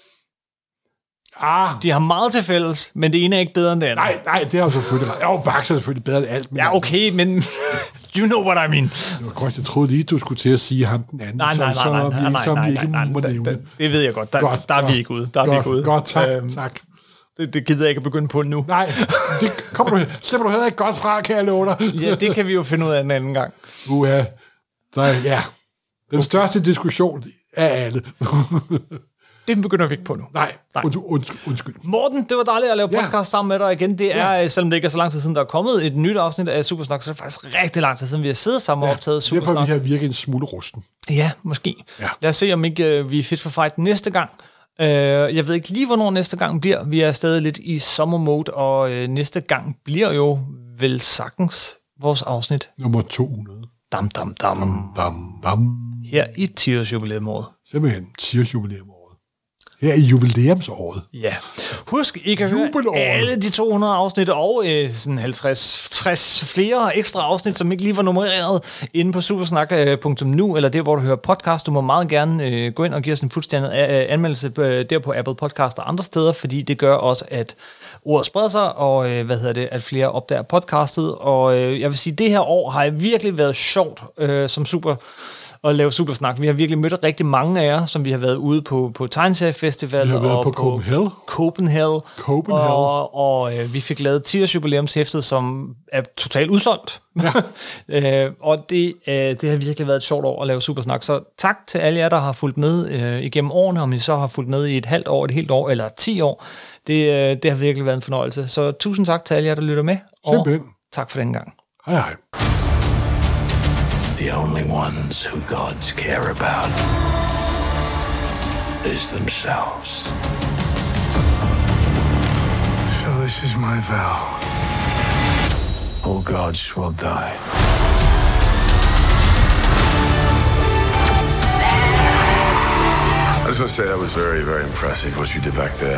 Speaker 4: Ah.
Speaker 3: De har meget til fælles, men det ene er ikke bedre end det andet.
Speaker 4: Nej, nej, det er jo selvfølgelig... Jo, Barks er selvfølgelig bedre end alt.
Speaker 3: Ja, okay, men... You know what I mean.
Speaker 4: Det var godt, jeg troede lige, du skulle til at sige ham den anden.
Speaker 3: Nej, nej, nej, nej, nej, nej,
Speaker 4: som
Speaker 3: nej,
Speaker 4: ikke
Speaker 3: nej,
Speaker 4: må
Speaker 3: nej,
Speaker 4: nævne.
Speaker 3: det, det ved jeg godt. Der,
Speaker 4: godt,
Speaker 3: der er
Speaker 4: godt,
Speaker 3: vi ikke ude. Der er
Speaker 4: godt,
Speaker 3: vi ikke ude.
Speaker 4: Godt, tak,
Speaker 3: øhm,
Speaker 4: tak.
Speaker 3: Det, det gider jeg ikke at begynde på nu.
Speaker 4: Nej, det kommer du, slipper du heller ikke godt fra, kan jeg love dig.
Speaker 3: Ja, det kan vi jo finde ud af en anden gang.
Speaker 4: Uha, der er, ja, den største diskussion af alle.
Speaker 3: Det begynder vi ikke på nu.
Speaker 4: Nej, Nej. Und, undskyld, undskyld.
Speaker 3: Morten, det var dejligt at lave podcast ja. sammen med dig igen. Det er,
Speaker 4: ja.
Speaker 3: selvom det ikke er så lang tid siden, der er kommet et nyt afsnit af Supersnak, så er det faktisk rigtig lang tid siden, vi har siddet sammen og ja, optaget Supersnak.
Speaker 4: Derfor vi har virket en smule rusten.
Speaker 3: Ja, måske. Ja. Lad os se, om ikke uh, vi er fit for fight næste gang. Uh, jeg ved ikke lige, hvornår næste gang bliver. Vi er stadig lidt i sommermode, og uh, næste gang bliver jo vel sagtens vores afsnit.
Speaker 4: Nummer to hundrede.
Speaker 3: Dam, dam, dam.
Speaker 4: Dam, dam, dam.
Speaker 3: Her i ti års jubilæumåret.
Speaker 4: Simpelthen ti års jubilæumåret. Her i jubilæumsåret.
Speaker 3: Ja. Husk, I kan høre alle de to hundrede afsnit og øh, sådan halvtreds tres flere ekstra afsnit, som ikke lige var nummereret inde på supersnak punktum nu, eller der, hvor du hører podcast. Du må meget gerne øh, gå ind og give os en fuldstændig øh, anmeldelse øh, der på Apple Podcast og andre steder, fordi det gør også, at ordet spreder sig, og øh, hvad hedder det, at flere opdager podcastet. Og øh, jeg vil sige, det her år har virkelig været sjovt øh, som super at lave Supersnak. Vi har virkelig mødt rigtig mange af jer, som vi har været ude på, på Tegnseriefestival.
Speaker 4: Vi har været
Speaker 3: og
Speaker 4: på Copenhagen.
Speaker 3: Copenhagen.
Speaker 4: Copenhagen.
Speaker 3: Og, og øh, vi fik lavet ti års jubilæumshæftet, som er totalt udsolgt. Ja. øh, og det, øh, det har virkelig været et sjovt år at lave Supersnak. Så tak til alle jer, der har fulgt med øh, igennem årene, om I så har fulgt med i et halvt år, et helt år eller ti år. Det, øh, det har virkelig været en fornøjelse. Så tusind tak til alle jer, der lytter med. Og tak for den gang.
Speaker 4: Hej hej.
Speaker 2: The only ones who gods care about is themselves.
Speaker 5: So this is my vow.
Speaker 2: All gods will die.
Speaker 5: I just want to say that was very, very impressive what you did back there.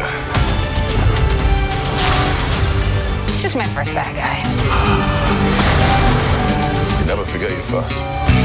Speaker 6: He's just my first bad guy.
Speaker 5: You never forget your first.